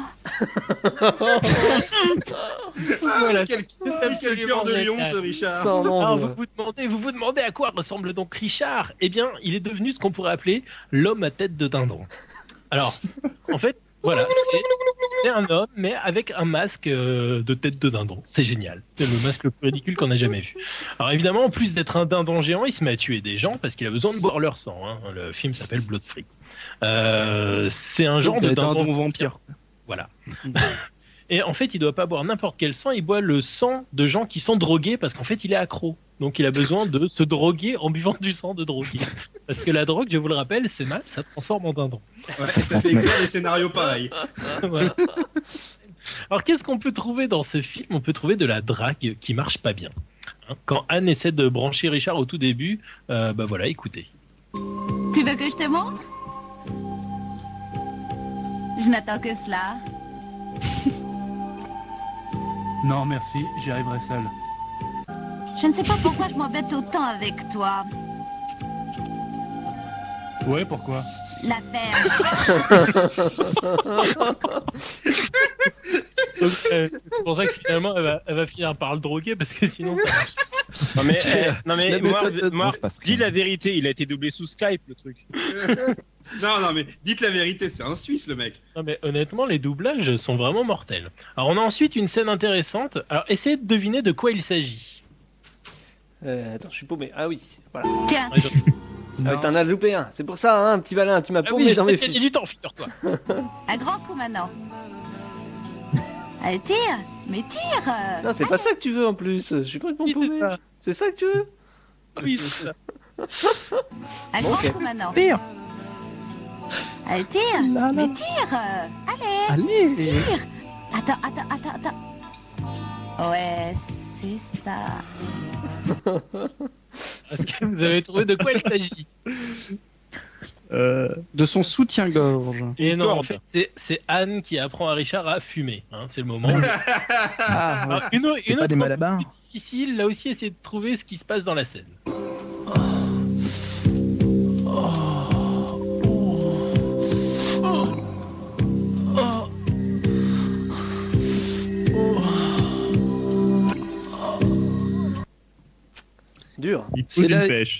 Speaker 7: Voilà,
Speaker 2: quel,
Speaker 7: c'est
Speaker 2: quel cœur de lion ce Richard.
Speaker 7: Alors, vous vous demandez, vous vous demandez à quoi ressemble donc Richard? Eh bien, il est devenu ce qu'on pourrait appeler l'homme à tête de dindon. Alors, en fait, voilà, c'est, c'est un homme, mais avec un masque euh, de tête de dindon. C'est génial. C'est le masque le plus ridicule qu'on a jamais vu. Alors évidemment, en plus d'être un dindon géant, il se met à tuer des gens parce qu'il a besoin de boire leur sang. Hein. Le film s'appelle Blood Free. Euh, c'est un genre de dindon,
Speaker 6: dindon vampire.
Speaker 7: Voilà. Et en fait, il doit pas boire n'importe quel sang, il boit le sang de gens qui sont drogués parce qu'en fait, il est accro. Donc il a besoin de se droguer en buvant du sang de drogué. Parce que la drogue, je vous le rappelle, c'est mal, ça transforme en dindon.
Speaker 2: Ouais, ça fait écrire des scénarios pareils.
Speaker 7: Voilà. Alors qu'est-ce qu'on peut trouver dans ce film? On peut trouver de la drague qui marche pas bien. Hein, quand Anne essaie de brancher Richard au tout début, euh, bah voilà, écoutez.
Speaker 15: Tu veux que je te montre? Je n'attends que cela.
Speaker 13: Non, merci, j'y arriverai seul.
Speaker 15: Je ne sais pas pourquoi je m'embête autant avec toi.
Speaker 13: Ouais, pourquoi?
Speaker 15: La ferme.
Speaker 7: Donc, euh, c'est pour ça que finalement, elle va, elle va finir par le droguer parce que sinon ça marche.
Speaker 4: Non mais,
Speaker 7: C'est,
Speaker 4: euh, non mais
Speaker 7: la
Speaker 4: Marc,
Speaker 7: méthode de-
Speaker 4: Marc,
Speaker 7: Non, c'est pas
Speaker 4: dis la vérité, il a été doublé sous Skype le truc.
Speaker 2: Non, non, mais dites la vérité, c'est un Suisse le mec.
Speaker 7: Non mais honnêtement, les doublages sont vraiment mortels. Alors on a ensuite une scène intéressante. Alors essayez de deviner de quoi il s'agit.
Speaker 3: Euh, attends, je suis paumé. Ah oui, voilà.
Speaker 15: Tiens.
Speaker 3: Ah oui, t'en as loupé un. C'est pour ça, hein, petit malin, tu m'as
Speaker 7: Ah
Speaker 3: paumé
Speaker 7: oui,
Speaker 3: dans mes
Speaker 7: j'ai
Speaker 3: fiches.
Speaker 7: du temps, figure-toi.
Speaker 15: Un grand coup maintenant. Allez, tire. Mais tire.
Speaker 3: Non, c'est pas ça que tu veux en plus. Je suis complètement paumé. C'est ça que tu veux?
Speaker 7: Oui, c'est ça.
Speaker 15: Un
Speaker 3: Bon,
Speaker 15: grand
Speaker 3: ok.
Speaker 15: coup maintenant.
Speaker 6: Tire.
Speaker 15: Allez, tire. Mais tire. Allez.
Speaker 6: Allez.
Speaker 15: Tire. Attends, attends, attends, attends. Ouais, c'est ça.
Speaker 7: Est-ce que vous avez trouvé de quoi il s'agit?
Speaker 9: Euh,
Speaker 6: De son soutien-gorge.
Speaker 7: Et non, en fait, c'est, c'est Anne qui apprend à Richard à fumer. Hein, c'est le moment.
Speaker 6: Ah,
Speaker 7: Alors, une, o-
Speaker 13: C'est
Speaker 7: une
Speaker 13: pas
Speaker 7: autre
Speaker 13: des malabars.
Speaker 7: difficile, là aussi, essayer de trouver ce qui se passe dans la scène.
Speaker 3: Dur.
Speaker 9: il pousse
Speaker 6: C'est
Speaker 9: une
Speaker 6: la-
Speaker 9: pêche.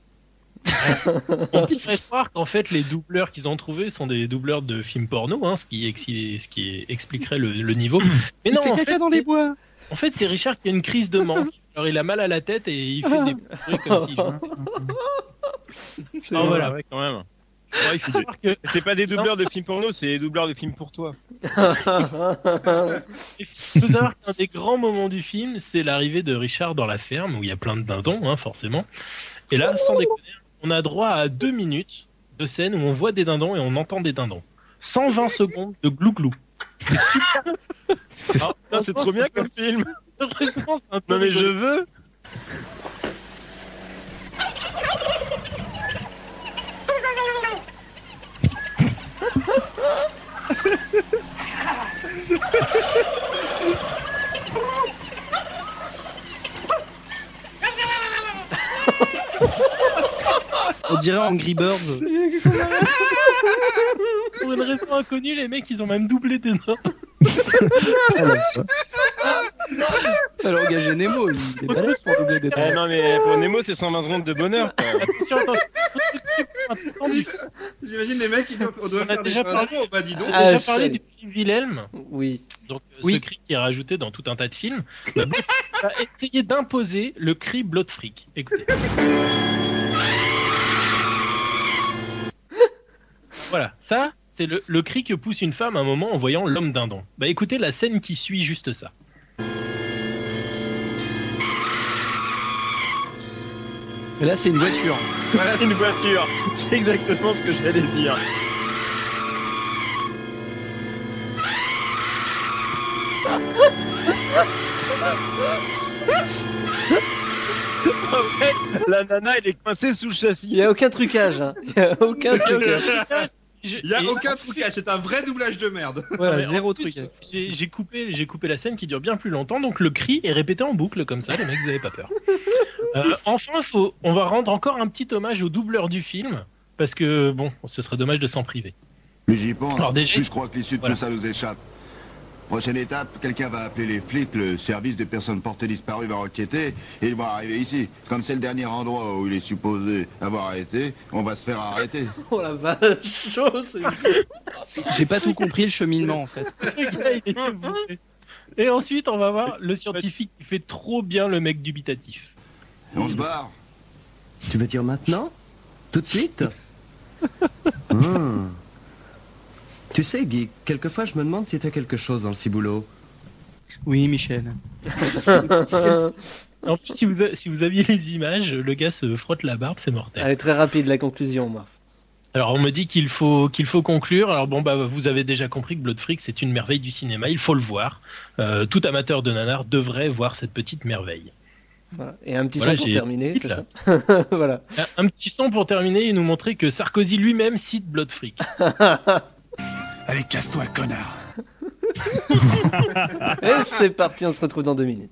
Speaker 7: On pourrait croire qu'en fait, les doubleurs qu'ils ont trouvés sont des doubleurs de films porno, hein, ce, qui exi- ce qui expliquerait le, le niveau. Mais
Speaker 6: Il
Speaker 7: non,
Speaker 6: fait
Speaker 7: en
Speaker 6: caca
Speaker 7: fait,
Speaker 6: dans les
Speaker 7: c'est-
Speaker 6: bois.
Speaker 7: en fait, c'est Richard qui a une crise de manque. Alors, il a mal à la tête et il fait des bruits comme si.
Speaker 4: Ah voilà, ouais, quand même.
Speaker 7: Bon, il faut savoir que
Speaker 4: C'est pas des doubleurs de films porno, c'est des doubleurs de films pour toi.
Speaker 7: il faut savoir qu'un des grands moments du film, c'est l'arrivée de Richard dans la ferme où il y a plein de dindons, hein, forcément. Et là, sans déconner, on a droit à deux minutes de scène où on voit des dindons et on entend des dindons. cent vingt secondes de glou-glou.
Speaker 4: Ah, putain, c'est trop bien comme film. Non mais je veux.
Speaker 6: On dirait Angry Birds.
Speaker 7: Pour une raison inconnue, les mecs, ils ont même doublé des noms.
Speaker 6: Fallait engager Nemo, il est balèze pour doubler des
Speaker 4: Eh,
Speaker 6: temps.
Speaker 4: non mais pour Nemo c'est cent vingt secondes de bonheur. Quoi.
Speaker 7: Attention, attention.
Speaker 2: J'imagine les mecs, ils doivent, on doit
Speaker 7: On a
Speaker 2: faire des
Speaker 7: déjà
Speaker 2: travaux,
Speaker 7: parlé,
Speaker 2: bah dis donc.
Speaker 7: on
Speaker 3: Ah,
Speaker 7: a déjà
Speaker 3: je
Speaker 7: parlé
Speaker 3: sais.
Speaker 7: du film Wilhelm.
Speaker 3: Oui.
Speaker 7: Donc, euh,
Speaker 6: Oui.
Speaker 7: ce cri qui est rajouté dans tout un tas de films. Bah, Blood a essayé d'imposer le cri Blood Freak. Écoutez. Voilà, ça, c'est le, le cri que pousse une femme à un moment en voyant l'homme dindon. Bah écoutez la scène qui suit juste ça.
Speaker 6: Et là, c'est une voiture.
Speaker 4: Voilà, c'est une voiture. C'est exactement ce que j'allais dire. En fait, la nana elle est coincée sous le châssis.
Speaker 3: Il y a aucun trucage. Hein. Il y a aucun trucage.
Speaker 2: Il y a aucun trucage, c'est un vrai doublage de merde.
Speaker 6: Voilà,
Speaker 7: Mais
Speaker 6: zéro
Speaker 7: en plus,
Speaker 6: truc.
Speaker 7: J'ai j'ai coupé, j'ai coupé la scène qui dure bien plus longtemps, donc le cri est répété en boucle comme ça, les mecs, vous avez pas peur. Euh, enfin, faut, on va rendre encore un petit hommage au doubleur du film, parce que bon, ce serait dommage de s'en priver.
Speaker 11: Plus j'y pense,
Speaker 7: Alors déjà-
Speaker 11: plus je crois que l'issue de
Speaker 7: Voilà.
Speaker 11: tout ça nous échappe. Prochaine étape, quelqu'un va appeler les flics, le service des personnes portées disparues va enquêter, et il va arriver ici. Comme c'est le dernier endroit où il est supposé avoir arrêté, on va se faire arrêter.
Speaker 3: Oh la vache, chaud, c'est...
Speaker 6: J'ai pas tout compris le cheminement en fait.
Speaker 7: Le gars, il est fait bouffer. Et ensuite, on va voir le scientifique qui fait trop bien le mec dubitatif.
Speaker 11: Et on se barre.
Speaker 14: Tu veux dire maintenant? Tout de suite? Hmm. Tu sais, Guy, quelquefois je me demande si t'as quelque chose dans le ciboulot.
Speaker 6: Oui, Michel.
Speaker 7: En plus, si vous, a- si vous aviez les images, le gars se frotte la barbe, c'est mortel.
Speaker 3: Elle est très rapide, la conclusion, moi.
Speaker 7: Alors on me dit qu'il faut qu'il faut conclure. Alors bon bah vous avez déjà compris que Blood Freak c'est une merveille du cinéma, il faut le voir. Euh, tout amateur de nanar devrait voir cette petite merveille.
Speaker 3: Voilà. Et un petit
Speaker 7: Voilà,
Speaker 3: son pour
Speaker 7: j'ai-
Speaker 3: terminer, c'est
Speaker 7: là.
Speaker 3: ça? Voilà.
Speaker 7: Un, un petit son pour terminer et nous montrer que Sarkozy lui-même cite Blood Freak.
Speaker 13: Allez, casse-toi, connard.
Speaker 3: Et c'est parti, on se retrouve dans deux minutes.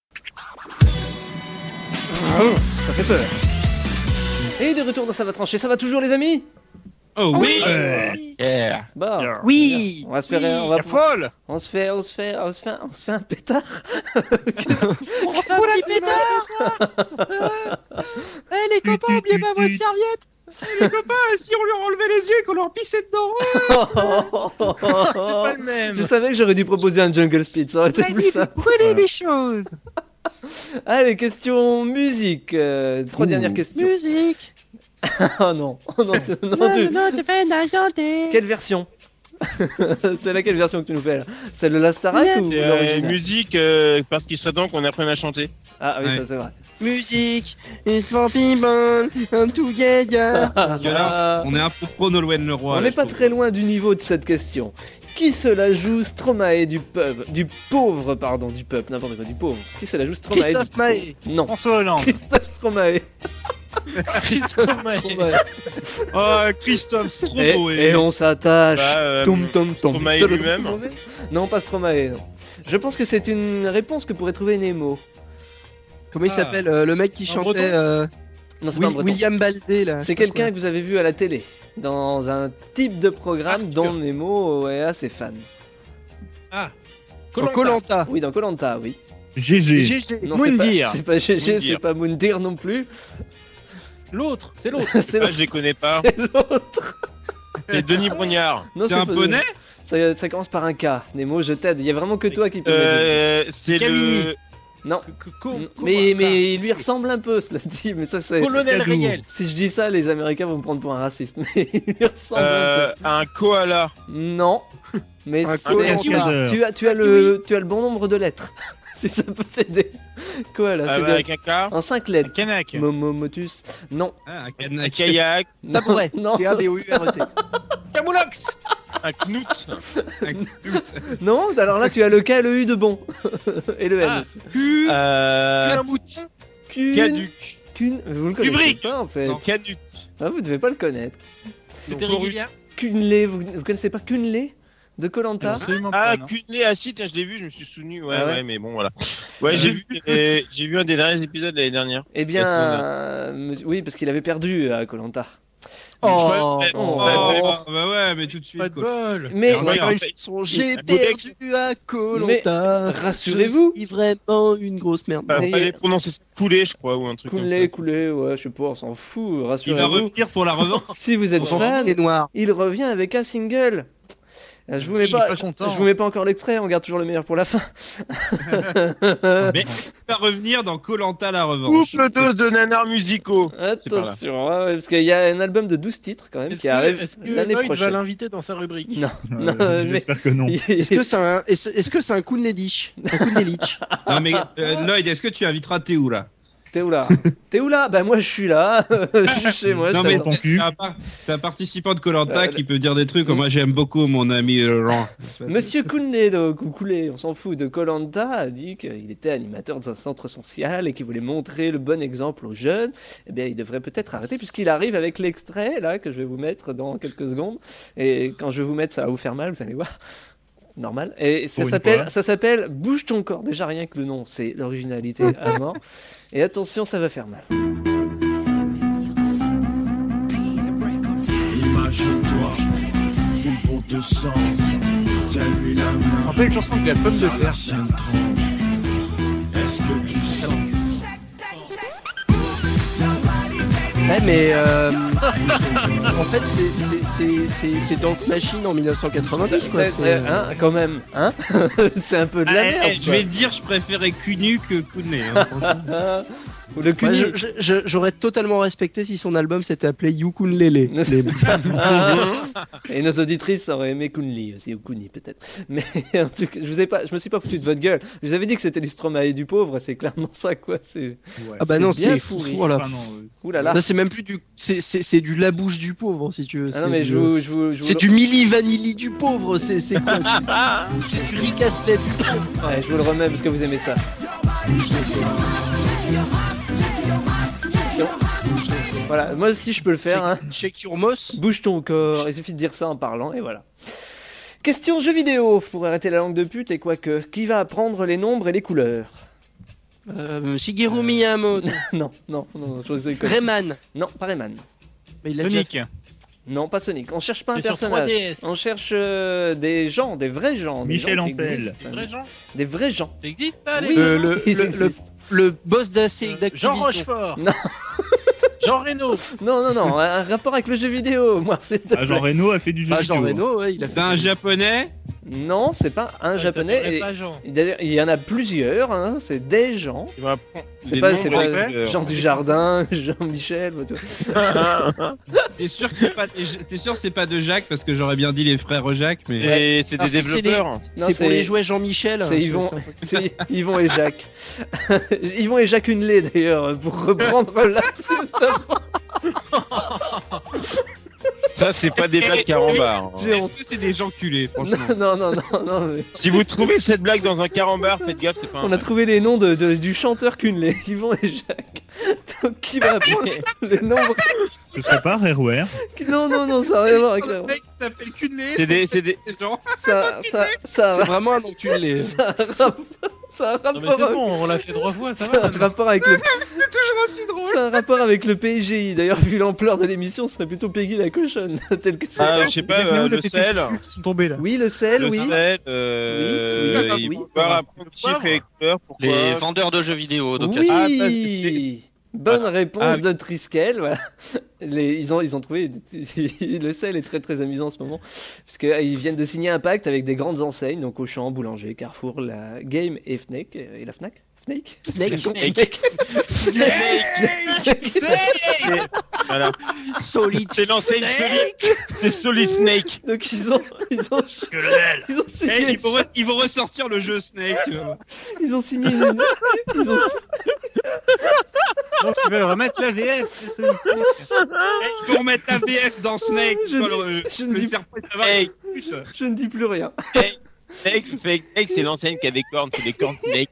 Speaker 3: Ça fait peur. Et de retour dans Ça va trancher, ça va toujours les amis?
Speaker 2: Oh oui.
Speaker 4: Yeah.
Speaker 3: Bon,
Speaker 6: Oui.
Speaker 3: on va se faire,
Speaker 6: Oui.
Speaker 3: on va,
Speaker 4: Folle.
Speaker 3: on se fait, on se fait, on se fait, on se fait un pétard.
Speaker 6: On se fout la pétard. Eh les copains, oubliez pas votre serviette. Eh les copains, si on leur enlevait les yeux et qu'on leur pissait dedans.
Speaker 7: C'est pas le même.
Speaker 3: Je savais que j'aurais dû proposer un Jungle Speed, ça aurait été plus simple.
Speaker 6: Prenez des choses.
Speaker 3: Allez, question musique. Euh, trois
Speaker 6: Ouh.
Speaker 3: dernières questions.
Speaker 6: Musique.
Speaker 3: Oh non, oh non, tu- non, tu-
Speaker 6: non, tu fais la chanter.
Speaker 3: Quelle version? C'est laquelle version que tu nous fais là? Celle de la Starac ou
Speaker 4: C'est, euh,
Speaker 3: l'original?
Speaker 4: musique, euh, parce qu'il serait temps qu'on apprenne à chanter.
Speaker 3: Ah oui,
Speaker 2: Ouais.
Speaker 3: ça c'est vrai.
Speaker 6: Musique. It's for people. I'm together.
Speaker 2: Parce que là, on est un peu pro Nolwenn Leroy.
Speaker 3: On
Speaker 2: là,
Speaker 3: n'est
Speaker 2: je
Speaker 3: pas
Speaker 2: trouve.
Speaker 3: très loin du niveau de cette question. Qui se la joue Stromae du peuple, du pauvre, pardon, du peuple, n'importe quoi, du pauvre. Qui se la joue Stromae
Speaker 6: Christophe
Speaker 3: du
Speaker 6: Maé.
Speaker 3: pauvre. Non.
Speaker 8: François Hollande.
Speaker 3: Christophe Stromae.
Speaker 6: Christophe Maé.
Speaker 2: Oh, Christophe Stromae.
Speaker 3: Et, et on s'attache.
Speaker 4: Bah, euh,
Speaker 3: Tom, tom, tom.
Speaker 4: Stromae
Speaker 3: Tom,
Speaker 4: lui-même.
Speaker 3: tom, tom. Non, pas Stromae. Non. Je pense que c'est une réponse que pourrait trouver Nemo.
Speaker 6: Comment il
Speaker 2: Ah.
Speaker 6: s'appelle euh, le mec qui
Speaker 7: Un
Speaker 6: chantait
Speaker 7: breton
Speaker 6: euh,
Speaker 3: Non, c'est
Speaker 6: Wi-
Speaker 3: pas un breton.
Speaker 6: William Baldé là.
Speaker 3: C'est quelqu'un que vous avez vu à la télé, dans un type de programme
Speaker 7: Arthur.
Speaker 3: dont Nemo est assez fan.
Speaker 7: Ah,
Speaker 6: Koh-Lanta. Koh-Lanta.
Speaker 3: Oui, dans Koh-Lanta, oui.
Speaker 9: G G.
Speaker 6: G G.
Speaker 3: Non, c'est
Speaker 8: Moundir.
Speaker 3: pas- C'est pas G G,
Speaker 4: Moundir.
Speaker 3: c'est pas Moundir non plus.
Speaker 7: L'autre, c'est l'autre.
Speaker 3: C'est
Speaker 4: Ah,
Speaker 3: l'autre.
Speaker 4: je les connais pas.
Speaker 3: C'est l'autre.
Speaker 4: C'est Denis Brognard.
Speaker 3: Non,
Speaker 2: C'est un
Speaker 3: pas-
Speaker 2: poney
Speaker 3: ça, ça commence par un K. Nemo, je t'aide. Il y a vraiment que toi qui peux m'aider.
Speaker 4: Euh, c'est
Speaker 8: Camini.
Speaker 4: le...
Speaker 3: Non.
Speaker 7: Co- co-
Speaker 3: Mm,
Speaker 7: co-
Speaker 3: Mais,
Speaker 7: ah,
Speaker 3: mais il lui ressemble un peu, cela dit. Mais ça, c'est.
Speaker 7: Colonel
Speaker 2: Cadou.
Speaker 7: Riel.
Speaker 3: Si je dis ça, les Américains vont me prendre pour un raciste. Mais il lui ressemble
Speaker 4: Euh,
Speaker 3: un
Speaker 4: un koala.
Speaker 3: peu. Non. Mais
Speaker 6: Un
Speaker 3: c'est-
Speaker 9: cascadeur.
Speaker 3: tu as, tu as le, tu as le bon nombre de lettres. Si ça peut t'aider. Quoi là, c'est
Speaker 4: Ah,
Speaker 3: bien.
Speaker 4: avec un K.
Speaker 3: En cinq lettres.
Speaker 8: Canac.
Speaker 3: Momo Motus. Non.
Speaker 2: Ah, un
Speaker 4: Un
Speaker 2: kanak.
Speaker 4: kayak.
Speaker 3: Non.
Speaker 6: Tabouret.
Speaker 3: Non.
Speaker 6: T A B O U R E T.
Speaker 7: Camoulox.
Speaker 4: Un knout.
Speaker 2: Un knout.
Speaker 3: Non. Alors là, tu as le K et le U de bon. Et le N
Speaker 7: Ah.
Speaker 3: aussi.
Speaker 4: Euh...
Speaker 3: Cune.
Speaker 4: Caduc.
Speaker 3: Cune. Vous le connaissez
Speaker 2: Kubrick.
Speaker 3: pas en fait.
Speaker 2: Non.
Speaker 4: Caduc.
Speaker 3: Ah, vous devez pas le connaître.
Speaker 7: C'était régulier.
Speaker 3: Cunlé. Vous, vous connaissez pas Cunlé de Koh-Lanta?
Speaker 8: Absolument
Speaker 4: Ah,
Speaker 8: pas, non.
Speaker 4: Cunlé, ah si, tiens, je l'ai vu, je me suis souvenu. Ouais,
Speaker 3: Ah ouais
Speaker 4: ouais, mais bon, voilà. Ouais, j'ai vu, euh, j'ai vu un des derniers épisodes l'année dernière.
Speaker 3: Eh bien,
Speaker 4: La semaine
Speaker 3: euh, monsieur- oui, parce qu'il avait perdu à Koh-Lanta.
Speaker 6: Oh.
Speaker 4: Ouais,
Speaker 3: Oh.
Speaker 4: ouais, ouais,
Speaker 2: Oh, bah ouais, mais tout de suite.
Speaker 7: Pas de
Speaker 2: quoi.
Speaker 7: bol.
Speaker 3: Mais,
Speaker 2: Alors,
Speaker 4: Ouais,
Speaker 2: en
Speaker 4: en
Speaker 2: fait,
Speaker 4: fait,
Speaker 6: Son J'ai
Speaker 4: Mais-
Speaker 6: perdu à Koh-Lanta.
Speaker 3: rassurez-vous.
Speaker 6: Je suis vraiment une grosse merde.
Speaker 4: Bah,
Speaker 3: Mais-
Speaker 4: fallait prononcer ça coulé, je crois, ou un truc
Speaker 3: Coulé,
Speaker 4: comme
Speaker 3: coulé, ouais, je sais pas, on s'en fout,
Speaker 2: Il va
Speaker 3: rassurez-vous.
Speaker 2: revenir pour la revanche.
Speaker 3: Si vous êtes
Speaker 6: Oh,
Speaker 3: fan,
Speaker 6: les noirs.
Speaker 3: il revient avec un single. Euh, Je vous mets
Speaker 8: Il est
Speaker 3: pas,
Speaker 8: pas
Speaker 3: je,
Speaker 8: content.
Speaker 3: je vous mets pas encore l'extrait, on garde toujours le meilleur pour la fin.
Speaker 2: Mais est-ce qu'il va revenir dans Koh-Lanta la
Speaker 4: ça.
Speaker 2: revanche?
Speaker 4: Couple dose de nanars musicaux.
Speaker 3: Attention, ouais, ouais, parce qu'il y a un album de douze titres quand même
Speaker 7: Est-ce
Speaker 3: qui
Speaker 7: que-
Speaker 3: arrive
Speaker 7: est-ce que
Speaker 3: l'année
Speaker 7: Lloyd va
Speaker 3: prochaine.
Speaker 7: l'inviter dans sa rubrique?
Speaker 3: Non, non,
Speaker 9: Euh,
Speaker 3: mais-
Speaker 9: J'espère que non.
Speaker 6: Est-ce que c'est un, est-ce, est-ce que c'est un Kunlelich Un Kunlelich.
Speaker 2: Non, mais euh, Lloyd, est-ce que tu inviteras Théo là?
Speaker 3: T'es où là? T'es où là? Bah moi je suis là, je suis chez moi.
Speaker 2: Non,
Speaker 3: je
Speaker 2: mais
Speaker 3: t'attends.
Speaker 2: c'est c'est un, par- c'est un participant de Koh-Lanta
Speaker 3: Euh,
Speaker 2: qui peut dire des trucs comme moi j'aime beaucoup mon ami Laurent.
Speaker 3: Monsieur Kounlé, donc, ou Koulé, on s'en fout, de Koh-Lanta, a dit qu'il était animateur dans un centre social et qu'il voulait montrer le bon exemple aux jeunes. Eh bien, il devrait peut-être arrêter puisqu'il arrive avec l'extrait là que je vais vous mettre dans quelques secondes. Et quand je vais vous mettre, ça va vous faire mal, vous allez voir. Normal. Et ça
Speaker 9: Pour une
Speaker 3: s'appelle,
Speaker 9: fois.
Speaker 3: ça s'appelle Bouge ton corps. Déjà rien que le nom, c'est l'originalité à mort. Et attention, ça va faire mal.
Speaker 16: Imagine-toi, une peau de sang, tiens-lui la main.
Speaker 8: On rappelle une chanson de la pomme de terre.
Speaker 16: sienne tremble. Est-ce que tu sens
Speaker 6: Ouais, mais euh, en fait, c'est- c'est- c'est- c'est c'est Dance Machine en mille neuf cent quatre-vingt-dix, quoi.
Speaker 3: C'est-
Speaker 6: c'est-
Speaker 3: c'est- hein, quand même, hein. C'est un peu de la
Speaker 2: Ah,
Speaker 3: merde.
Speaker 2: eh, je vais te dire, je préférais Cunu que Kouné. Hein, franchement.
Speaker 3: Ou le
Speaker 6: Ouais,
Speaker 3: cuni.
Speaker 6: je- je- je- J'aurais totalement respecté si son album s'était appelé Yukun Lele.
Speaker 3: Ne sais pas. Et nos auditrices auraient aimé Kunli aussi, ou Kuni peut-être. Mais en tout cas, je vous ai pas, je me suis pas foutu de votre gueule. Je vous avais dit que c'était du Stromae du pauvre, c'est clairement ça quoi. C'est.
Speaker 6: Ah bah non,
Speaker 3: bien
Speaker 6: c'est
Speaker 3: pourri.
Speaker 6: fou. Voilà.
Speaker 9: Ah non, euh,
Speaker 3: Ouh là là.
Speaker 6: Là, c'est même plus du, c'est c'est c'est du la bouche du pauvre si tu veux.
Speaker 3: Ah non
Speaker 6: c'est
Speaker 3: mais
Speaker 6: du-
Speaker 3: je vous, je vous, je vous
Speaker 6: C'est
Speaker 3: le-
Speaker 6: du Milli Vanilli du pauvre. C'est c'est quoi C'est c'est- c'est du Rick Astley du pauvre.
Speaker 3: Ouais, je vous le remets parce que vous aimez ça. Attention. Voilà, moi aussi je peux le faire. Hein.
Speaker 6: Shake your moss.
Speaker 3: Bouge ton corps. Il suffit de dire ça en parlant et voilà. Question jeu vidéo pour arrêter la langue de pute et quoique. Qui va apprendre les nombres et les couleurs?
Speaker 6: Euh, Shigeru Miyamoto.
Speaker 3: Non, non, non, je sais que.
Speaker 6: Rayman.
Speaker 3: Non, pas Rayman.
Speaker 6: Mais il a
Speaker 8: Sonic.
Speaker 6: déjà-
Speaker 3: Non, pas Sonic. On cherche pas un
Speaker 7: C'est sur
Speaker 3: personnage.
Speaker 7: trois D S.
Speaker 3: On cherche euh, des gens, des vrais gens. des
Speaker 9: Michel
Speaker 3: gens qui
Speaker 9: Ancel.
Speaker 3: existent.
Speaker 7: Des vrais gens.
Speaker 3: Des vrais gens.
Speaker 7: Ça existe ça, les
Speaker 3: Oui,
Speaker 7: gens
Speaker 6: Le, le,
Speaker 3: ils
Speaker 6: le, le,
Speaker 3: existent.
Speaker 6: le boss d'A C
Speaker 7: Jean
Speaker 6: d'Activision.
Speaker 7: Rochefort.
Speaker 3: Non.
Speaker 7: Jean Reno.
Speaker 3: Non, non, non, un rapport avec le jeu vidéo. Moi, s'il te
Speaker 9: Ah, Jean
Speaker 3: plaît.
Speaker 9: Reno a fait du jeu
Speaker 6: Ah, Jean
Speaker 9: vidéo.
Speaker 6: Reno, ouais, il a
Speaker 2: C'est
Speaker 6: fait-
Speaker 2: un japonais.
Speaker 3: Non, c'est pas un
Speaker 7: Ah,
Speaker 3: japonais.
Speaker 7: t'appellerais
Speaker 3: et-
Speaker 7: pas Jean.
Speaker 3: D'ailleurs, il y en a plusieurs, hein, c'est des gens.
Speaker 4: Il va prendre
Speaker 3: C'est
Speaker 4: des
Speaker 3: pas,
Speaker 4: noms
Speaker 3: c'est pas
Speaker 4: français.
Speaker 3: Jean Dujardin, Jean-Michel. bah, tu vois.
Speaker 2: T'es sûr que c'est pas, t'es sûr que c'est pas de Jacques parce que j'aurais bien dit les frères Jacques, mais.
Speaker 4: Et c'est
Speaker 6: Ah,
Speaker 4: des
Speaker 6: si, c'est
Speaker 4: développeurs.
Speaker 6: les-
Speaker 3: Non,
Speaker 6: C'est
Speaker 3: c'est-
Speaker 6: pour les jouets Jean-Michel.
Speaker 3: C'est Yvon, c'est Yvon et Jacques. Yvon et Jacques Hunelay d'ailleurs, pour reprendre la plus
Speaker 4: Ça, c'est pas des blagues carambar.
Speaker 3: J'ai
Speaker 2: Est-ce
Speaker 3: honte.
Speaker 2: que c'est des gens culés, franchement?
Speaker 3: Non, non, non, non, mais
Speaker 4: Si vous trouvez cette blague dans un carambar, faites gaffe, c'est pas un
Speaker 3: on a trouvé les noms de, de- du chanteur Hunelay, Yvon et Jacques. Donc qui va apprendre les noms?
Speaker 9: Ce serait pas Rareware.
Speaker 3: Non, non, non, ça n'a rien à voir avec la...
Speaker 2: Le mec qui s'appelle Cunlé,
Speaker 4: C'est des- c'est des-
Speaker 2: ces gens.
Speaker 3: Ça, ça, ça,
Speaker 6: C'est vraiment un enculé.
Speaker 3: ça a un rap- ça a un
Speaker 7: Non, mais
Speaker 3: rapport,
Speaker 7: c'est bon, on l'a fait trois fois, ça
Speaker 3: ça
Speaker 7: va.
Speaker 3: a un
Speaker 7: maintenant.
Speaker 3: rapport avec le,
Speaker 2: C'est toujours aussi drôle.
Speaker 3: ça a un rapport avec le P G I. D'ailleurs, vu l'ampleur de l'émission, ce serait plutôt Peggy la cochonne, tel que c'est.
Speaker 4: Ah, je sais pas, euh, le sel.
Speaker 8: Ils sont tombés là.
Speaker 3: Oui, le sel,
Speaker 4: Le
Speaker 3: oui.
Speaker 4: sel, euh,
Speaker 3: Oui, oui,
Speaker 4: il
Speaker 3: oui.
Speaker 4: faut voir apprendre chiffres et couleurs, pourquoi.
Speaker 10: Les vendeurs de jeux vidéo d'occasion.
Speaker 3: Oui.
Speaker 4: Ah, ça, c'est-
Speaker 3: Bonne
Speaker 4: Ah.
Speaker 3: réponse
Speaker 4: Ah, oui.
Speaker 3: de Triskel. Voilà. Les, ils, ont, ils ont trouvé. Le sel est très très amusant en ce moment. Parce qu'ils viennent de signer un pacte avec des grandes enseignes, donc Auchan, Boulanger, Carrefour, la Game et Fnac. Et la Fnac Fnac
Speaker 6: Snake.
Speaker 3: Fnac.
Speaker 4: C'est- Voilà.
Speaker 6: Solide.
Speaker 4: C'est l'enseigne Solid. C'est Solid Snake.
Speaker 3: Donc ils ont, ils ont, ils ont
Speaker 2: Eh,
Speaker 3: signé,
Speaker 2: ils, vont re- ils vont ressortir le jeu Snake. euh.
Speaker 3: ils ont signé une, ils ont,
Speaker 8: Donc ils veulent remettre la V F. c'est celui-ci.
Speaker 2: Eh, ils vont remettre la V F dans Snake.
Speaker 3: Je
Speaker 2: quoi,
Speaker 3: dis-
Speaker 2: le-
Speaker 3: je ne
Speaker 2: le
Speaker 3: dis-
Speaker 2: serpent de la
Speaker 4: Hey.
Speaker 2: putain.
Speaker 3: je ne dis plus rien.
Speaker 4: Snake, Snake, Snake, c'est l'enseigne qui a des cornes, c'est des cornes Snake.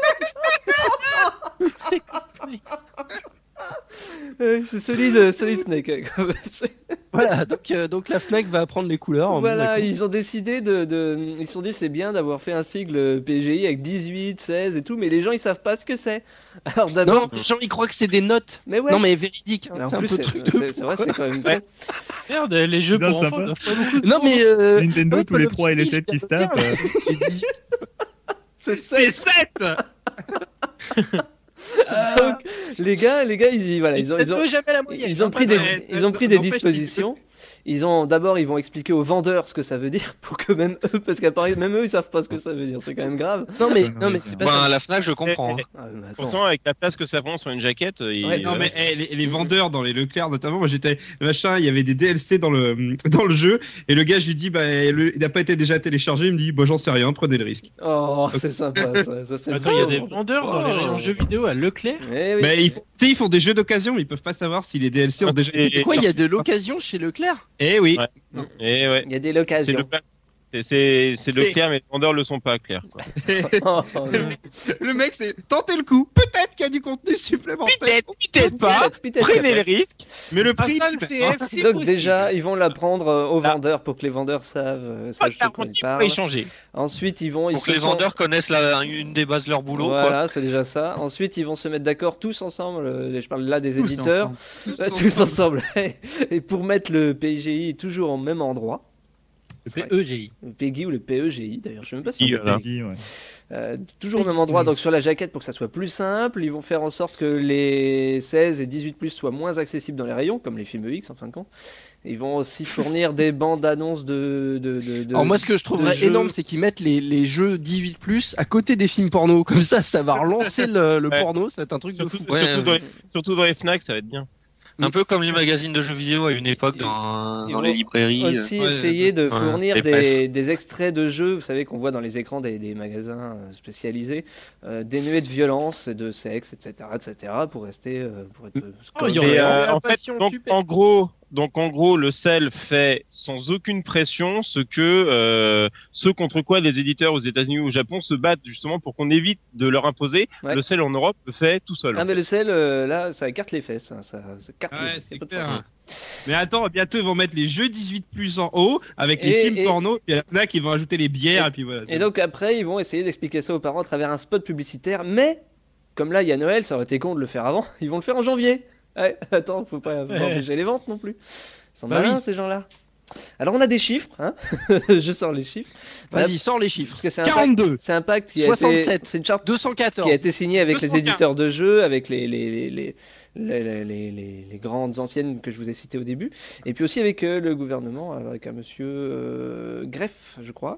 Speaker 3: Euh, C'est solide, solide Fnac. euh, quand même. C'est-
Speaker 6: Voilà, donc, euh, donc la Fnac va apprendre les couleurs.
Speaker 3: Voilà,
Speaker 6: D'accord.
Speaker 3: ils ont décidé de, de- Ils se sont dit c'est bien d'avoir fait un sigle P G I avec dix-huit, seize et tout, mais les gens ils savent pas ce que c'est. Alors
Speaker 6: Non,
Speaker 3: d'abord.
Speaker 6: les gens ils croient que c'est des notes.
Speaker 3: Mais ouais.
Speaker 6: Non, mais véridique. hein,
Speaker 3: Mais en
Speaker 6: c'est un
Speaker 3: plus,
Speaker 6: peu
Speaker 3: c'est
Speaker 6: truc de
Speaker 3: c'est- c'est vrai, c'est quand même.
Speaker 4: Ouais.
Speaker 7: Merde, les jeux
Speaker 9: Non,
Speaker 7: pour
Speaker 9: ça
Speaker 7: enfants
Speaker 9: va.
Speaker 7: doivent pas beaucoup de
Speaker 6: Non, mais. euh,
Speaker 9: Nintendo,
Speaker 6: ouais,
Speaker 9: tous les
Speaker 6: Call of
Speaker 9: trois et les
Speaker 6: Duty,
Speaker 9: sept qui se
Speaker 6: il y a
Speaker 9: tapent.
Speaker 6: aucun,
Speaker 9: euh,
Speaker 6: j'ai dit-
Speaker 3: C'est
Speaker 2: C'est
Speaker 3: ça.
Speaker 2: sept.
Speaker 3: Donc les gars, les gars, ils, voilà, ils ont, ils ont,
Speaker 7: Peut-être jamais la moyenne.
Speaker 3: ils ont pris des,
Speaker 2: Ouais,
Speaker 3: ils ont pris des
Speaker 2: n'empêche,
Speaker 3: dispositions. Ils ont d'abord, ils vont expliquer aux vendeurs ce que ça veut dire pour que même eux, parce qu'apparemment même eux, ils savent pas ce que ça veut dire. C'est quand même grave.
Speaker 6: Non, mais,
Speaker 9: Non,
Speaker 6: non, mais
Speaker 9: mais
Speaker 6: c'est
Speaker 9: c'est-
Speaker 6: pas
Speaker 10: Ben,
Speaker 6: ça.
Speaker 10: à la Fnac, je comprends. hein.
Speaker 3: Ah, mais attends.
Speaker 4: Pourtant, avec la place que ça prend sur une jaquette, il...
Speaker 3: Ouais,
Speaker 2: Non mais eh, les, les vendeurs dans les Leclerc notamment, moi j'étais machin, il y avait des D L C dans le dans le jeu et le gars je lui dis bah le- il n'a pas été déjà téléchargé, il me dit bah j'en sais rien, prenez le risque.
Speaker 3: Oh, c'est sympa. Ça, ça, c'est
Speaker 7: Attends, il y a des
Speaker 3: bon.
Speaker 7: vendeurs dans les rayons jeux vidéo à Leclerc.
Speaker 3: Eh oui.
Speaker 2: Mais ils font, tu sais, ils font des jeux d'occasion, mais ils peuvent pas savoir si les D L C ont déjà
Speaker 4: Et-
Speaker 2: été.
Speaker 6: C'est quoi, il y a de l'occasion chez Leclerc?
Speaker 2: Eh oui.
Speaker 4: Ouais. Et ouais.
Speaker 3: Il y a des
Speaker 4: C'est
Speaker 3: locations.
Speaker 4: le c'est c'est c'est le
Speaker 2: C'est-
Speaker 4: clair, mais les vendeurs le sont pas clair. Quoi.
Speaker 3: Oh, oh,
Speaker 2: le,
Speaker 3: non.
Speaker 2: mec, le mec c'est tenter le coup. Peut-être qu'il y a du contenu supplémentaire.
Speaker 4: Peut-être, peut-être pas.
Speaker 3: Peut-être
Speaker 4: Prenez le risque.
Speaker 2: Mais le prix.
Speaker 7: Hassan
Speaker 2: tu-
Speaker 7: C F, c'est
Speaker 3: Donc
Speaker 7: possible.
Speaker 3: déjà, ils vont l'apprendre euh, aux
Speaker 4: Ah.
Speaker 3: vendeurs pour que les vendeurs savent, euh,
Speaker 4: Pas
Speaker 3: sachent
Speaker 4: de
Speaker 3: de quoi ils
Speaker 4: garantie pour
Speaker 3: parlent.
Speaker 4: échanger.
Speaker 3: Ensuite, ils vont, ils
Speaker 10: Pour
Speaker 3: se
Speaker 10: que les
Speaker 3: sont-
Speaker 10: vendeurs connaissent la, une des bases de leur boulot. quoi.
Speaker 3: Voilà, c'est déjà ça. Ensuite, ils vont se mettre d'accord tous ensemble. euh, Je parle là des
Speaker 8: Tous
Speaker 3: éditeurs,
Speaker 8: ensemble.
Speaker 3: Euh, tous ensemble. Et pour mettre le P G I toujours au même endroit,
Speaker 7: C'est E G I.
Speaker 3: le P G I ou le P E G I d'ailleurs, je sais même pas si
Speaker 4: Qui,
Speaker 3: on dit
Speaker 4: voilà.
Speaker 9: Peggy, ouais.
Speaker 3: Euh, toujours au même endroit, donc sur la jaquette pour que ça soit plus simple. Ils vont faire en sorte que les seize et dix-huit plus soient moins accessibles dans les rayons, comme les films X en fin de compte. Ils vont aussi fournir des bandes annonces de. de, de, de
Speaker 6: Alors moi, ce que je trouverais
Speaker 3: de jeux.
Speaker 6: énorme, c'est qu'ils mettent les, les jeux dix-huit plus à côté des films porno. Comme ça, ça va relancer le, le
Speaker 4: Ouais.
Speaker 6: porno. Ça va être un truc de
Speaker 4: Surtout,
Speaker 6: fou.
Speaker 10: Ouais,
Speaker 4: surtout,
Speaker 10: euh,
Speaker 4: dans les, surtout dans les Fnac, ça va être bien.
Speaker 10: Un peu comme les magazines de jeux vidéo à une époque dans,
Speaker 3: Ils
Speaker 10: dans
Speaker 3: vont
Speaker 10: les librairies.
Speaker 3: aussi
Speaker 2: Ouais,
Speaker 3: essayer de
Speaker 10: ouais,
Speaker 3: fournir
Speaker 10: les
Speaker 3: des,
Speaker 10: presses.
Speaker 3: des extraits de jeux, vous savez, qu'on voit dans les écrans des, des magasins euh, spécialisés, euh, dénués de violence et de sexe, et cetera, et cetera, pour rester, euh, pour être.
Speaker 7: Oh, il y aurait
Speaker 4: Et,
Speaker 7: eu
Speaker 4: euh,
Speaker 7: la
Speaker 4: en fait,
Speaker 7: passion
Speaker 4: donc
Speaker 7: super.
Speaker 4: en gros, donc en gros, le sel fait sans aucune pression ce que euh, ce contre quoi les éditeurs aux États-Unis ou au Japon se battent justement pour qu'on évite de leur imposer.
Speaker 3: Ouais.
Speaker 4: Le sel en Europe le fait tout seul.
Speaker 3: Ah mais le sel, euh, là, ça écarte les fesses, hein, ça, ça carte les
Speaker 2: Ouais,
Speaker 3: fesses. y a
Speaker 2: c'est
Speaker 3: pas de
Speaker 2: clair.
Speaker 3: problème.
Speaker 2: Mais attends, bientôt ils vont mettre les jeux dix-huit plus en haut avec les
Speaker 3: Et-
Speaker 2: films
Speaker 3: et-
Speaker 2: porno. Puis à la Fnac ils vont ajouter les bières et, puis voilà. c'est-
Speaker 3: Et donc après, ils vont essayer d'expliquer ça aux parents à travers un spot publicitaire, mais comme là, il y a Noël, ça aurait été con de le faire avant, ils vont le faire en janvier. Ouais, attends, faut pas, faut pas
Speaker 7: Ouais.
Speaker 3: empêcher les ventes non plus. Ils sont
Speaker 6: Bah
Speaker 3: malins,
Speaker 6: oui.
Speaker 3: ces gens-là. Alors on a des chiffres, hein. Je sors les chiffres. Voilà,
Speaker 6: Vas-y, sors les chiffres.
Speaker 3: parce que c'est un pacte,
Speaker 2: quarante-deux.
Speaker 3: c'est un pacte qui a
Speaker 6: soixante-sept.
Speaker 3: été, c'est une charte
Speaker 6: deux cent quatorze.
Speaker 3: qui a été signé avec
Speaker 2: deux cent
Speaker 3: les
Speaker 2: quinze.
Speaker 3: éditeurs de jeux, avec les, les, les, les, les, les, les- les- les grandes anciennes que je vous ai citées au début, et puis aussi avec euh, le gouvernement, avec un monsieur euh, Greff, je crois, voilà.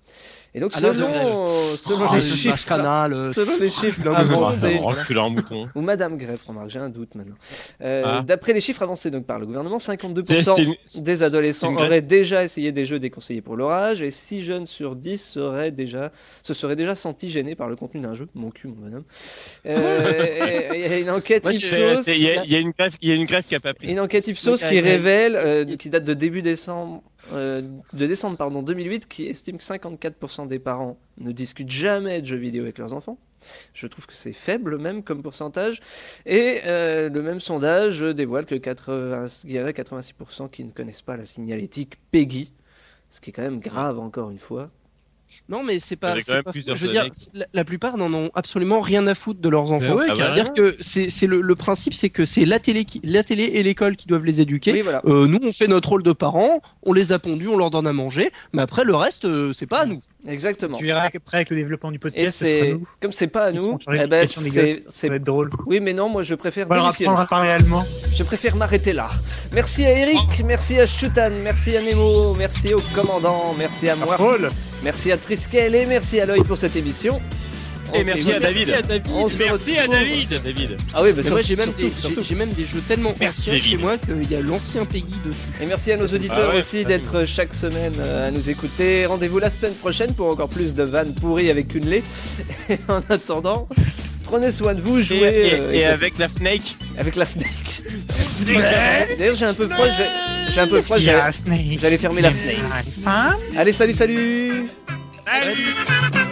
Speaker 3: Et donc
Speaker 6: Alain
Speaker 3: selon,
Speaker 6: Degrève.
Speaker 3: selon
Speaker 6: Oh,
Speaker 3: les
Speaker 6: le
Speaker 3: chiffres,
Speaker 6: vache canal, euh,
Speaker 3: selon les chiffres
Speaker 6: Ah,
Speaker 3: avancés,
Speaker 4: Oh, tu l'as en mouton.
Speaker 3: ou Madame Grève, remarque, j'ai un doute maintenant. Euh,
Speaker 4: Ah.
Speaker 3: D'après les chiffres avancés donc par le gouvernement, cinquante-deux pour cent
Speaker 4: C'est- c'est une-
Speaker 3: des adolescents
Speaker 4: c'est une grève.
Speaker 3: auraient déjà essayé des jeux déconseillés pour leur âge, et six jeunes sur dix seraient déjà, se seraient déjà sentis gênés par le contenu d'un jeu. Mon cul, mon bonhomme. Euh, et- et- Il y a une enquête
Speaker 4: Moi, je-
Speaker 3: Ipsos.
Speaker 4: c'est- Il y, a- il y a une grève, il y a une grève qui a pas pris.
Speaker 3: Une enquête Ipsos
Speaker 6: Donc,
Speaker 3: qui
Speaker 6: euh,
Speaker 3: révèle, euh, qui date de début décembre, euh, de décembre pardon, deux mille huit, qui estime que cinquante-quatre pour cent des parents ne discutent jamais de jeux vidéo avec leurs enfants. Je trouve que c'est faible même comme pourcentage. Et euh, le même sondage dévoile que quatre-vingts il y en a quatre-vingt-six pour cent qui ne connaissent pas la signalétique PEGI, ce qui est quand même grave encore une fois.
Speaker 6: Non, mais c'est
Speaker 4: Ça
Speaker 6: pas.
Speaker 4: fait quand
Speaker 6: c'est
Speaker 4: même
Speaker 6: pas
Speaker 4: plusieurs
Speaker 6: fou. Je veux dire,
Speaker 4: années.
Speaker 6: la, la plupart n'en ont absolument rien à foutre de leurs enfants.
Speaker 7: ouais,
Speaker 6: C'est-à-dire que c'est c'est le, le principe, c'est que c'est la télé, qui, la télé et l'école qui doivent les éduquer.
Speaker 3: Oui, voilà.
Speaker 6: Euh, nous, on fait notre rôle de parents, on les a pondus, on leur donne à manger, mais après le reste, euh, c'est pas à nous.
Speaker 3: Exactement.
Speaker 8: Tu verras qu'après, avec le développement du
Speaker 3: Et
Speaker 8: podcast, ce sera
Speaker 3: c'est
Speaker 8: nous.
Speaker 3: comme c'est pas à
Speaker 8: qui
Speaker 3: nous,
Speaker 8: seront sur
Speaker 3: eh ben,
Speaker 8: l'éducation des
Speaker 3: c'est
Speaker 8: gosses. Ça
Speaker 3: c'est
Speaker 8: va être drôle.
Speaker 3: oui, mais non, moi je préfère
Speaker 8: On va leur
Speaker 3: démissionner.
Speaker 8: apprendre à parler allemand.
Speaker 3: Je préfère m'arrêter là. Merci à Eric, merci à Shutan, merci à Nemo, merci au commandant, merci à moi, merci à Triskel et merci à Loïc pour cette émission.
Speaker 4: Et
Speaker 3: On
Speaker 4: merci
Speaker 3: se-
Speaker 4: à David.
Speaker 7: Merci à David.
Speaker 3: on se
Speaker 4: Merci à
Speaker 3: retrouve-
Speaker 4: David. David.
Speaker 3: Ah oui, bah,
Speaker 6: Mais
Speaker 3: sur-
Speaker 6: moi, j'ai même,
Speaker 3: surtout,
Speaker 6: des-
Speaker 3: surtout.
Speaker 6: j'ai- j'ai même des jeux tellement
Speaker 4: Merci,
Speaker 6: anciens chez
Speaker 4: David.
Speaker 6: moi qu'il y a l'ancien Peggy dessus.
Speaker 3: Et merci à nos auditeurs
Speaker 4: Ah ouais,
Speaker 3: aussi
Speaker 4: ça
Speaker 3: d'être chaque semaine euh, à nous écouter. Rendez-vous la semaine prochaine pour encore plus de vannes pourries avec Kunle. Et en attendant, prenez soin de vous,
Speaker 4: Et,
Speaker 3: jouez
Speaker 4: et-
Speaker 3: euh,
Speaker 4: et
Speaker 3: et-
Speaker 4: avec la Snake.
Speaker 3: avec la Fnac. D'ailleurs, j'ai un peu froid, j'ai j'ai un peu froid,
Speaker 8: Il y a
Speaker 3: j'allais
Speaker 8: un Snake.
Speaker 3: j'allais fermer la fenêtre.
Speaker 8: Hein
Speaker 3: Allez, salut, salut.
Speaker 4: Salut.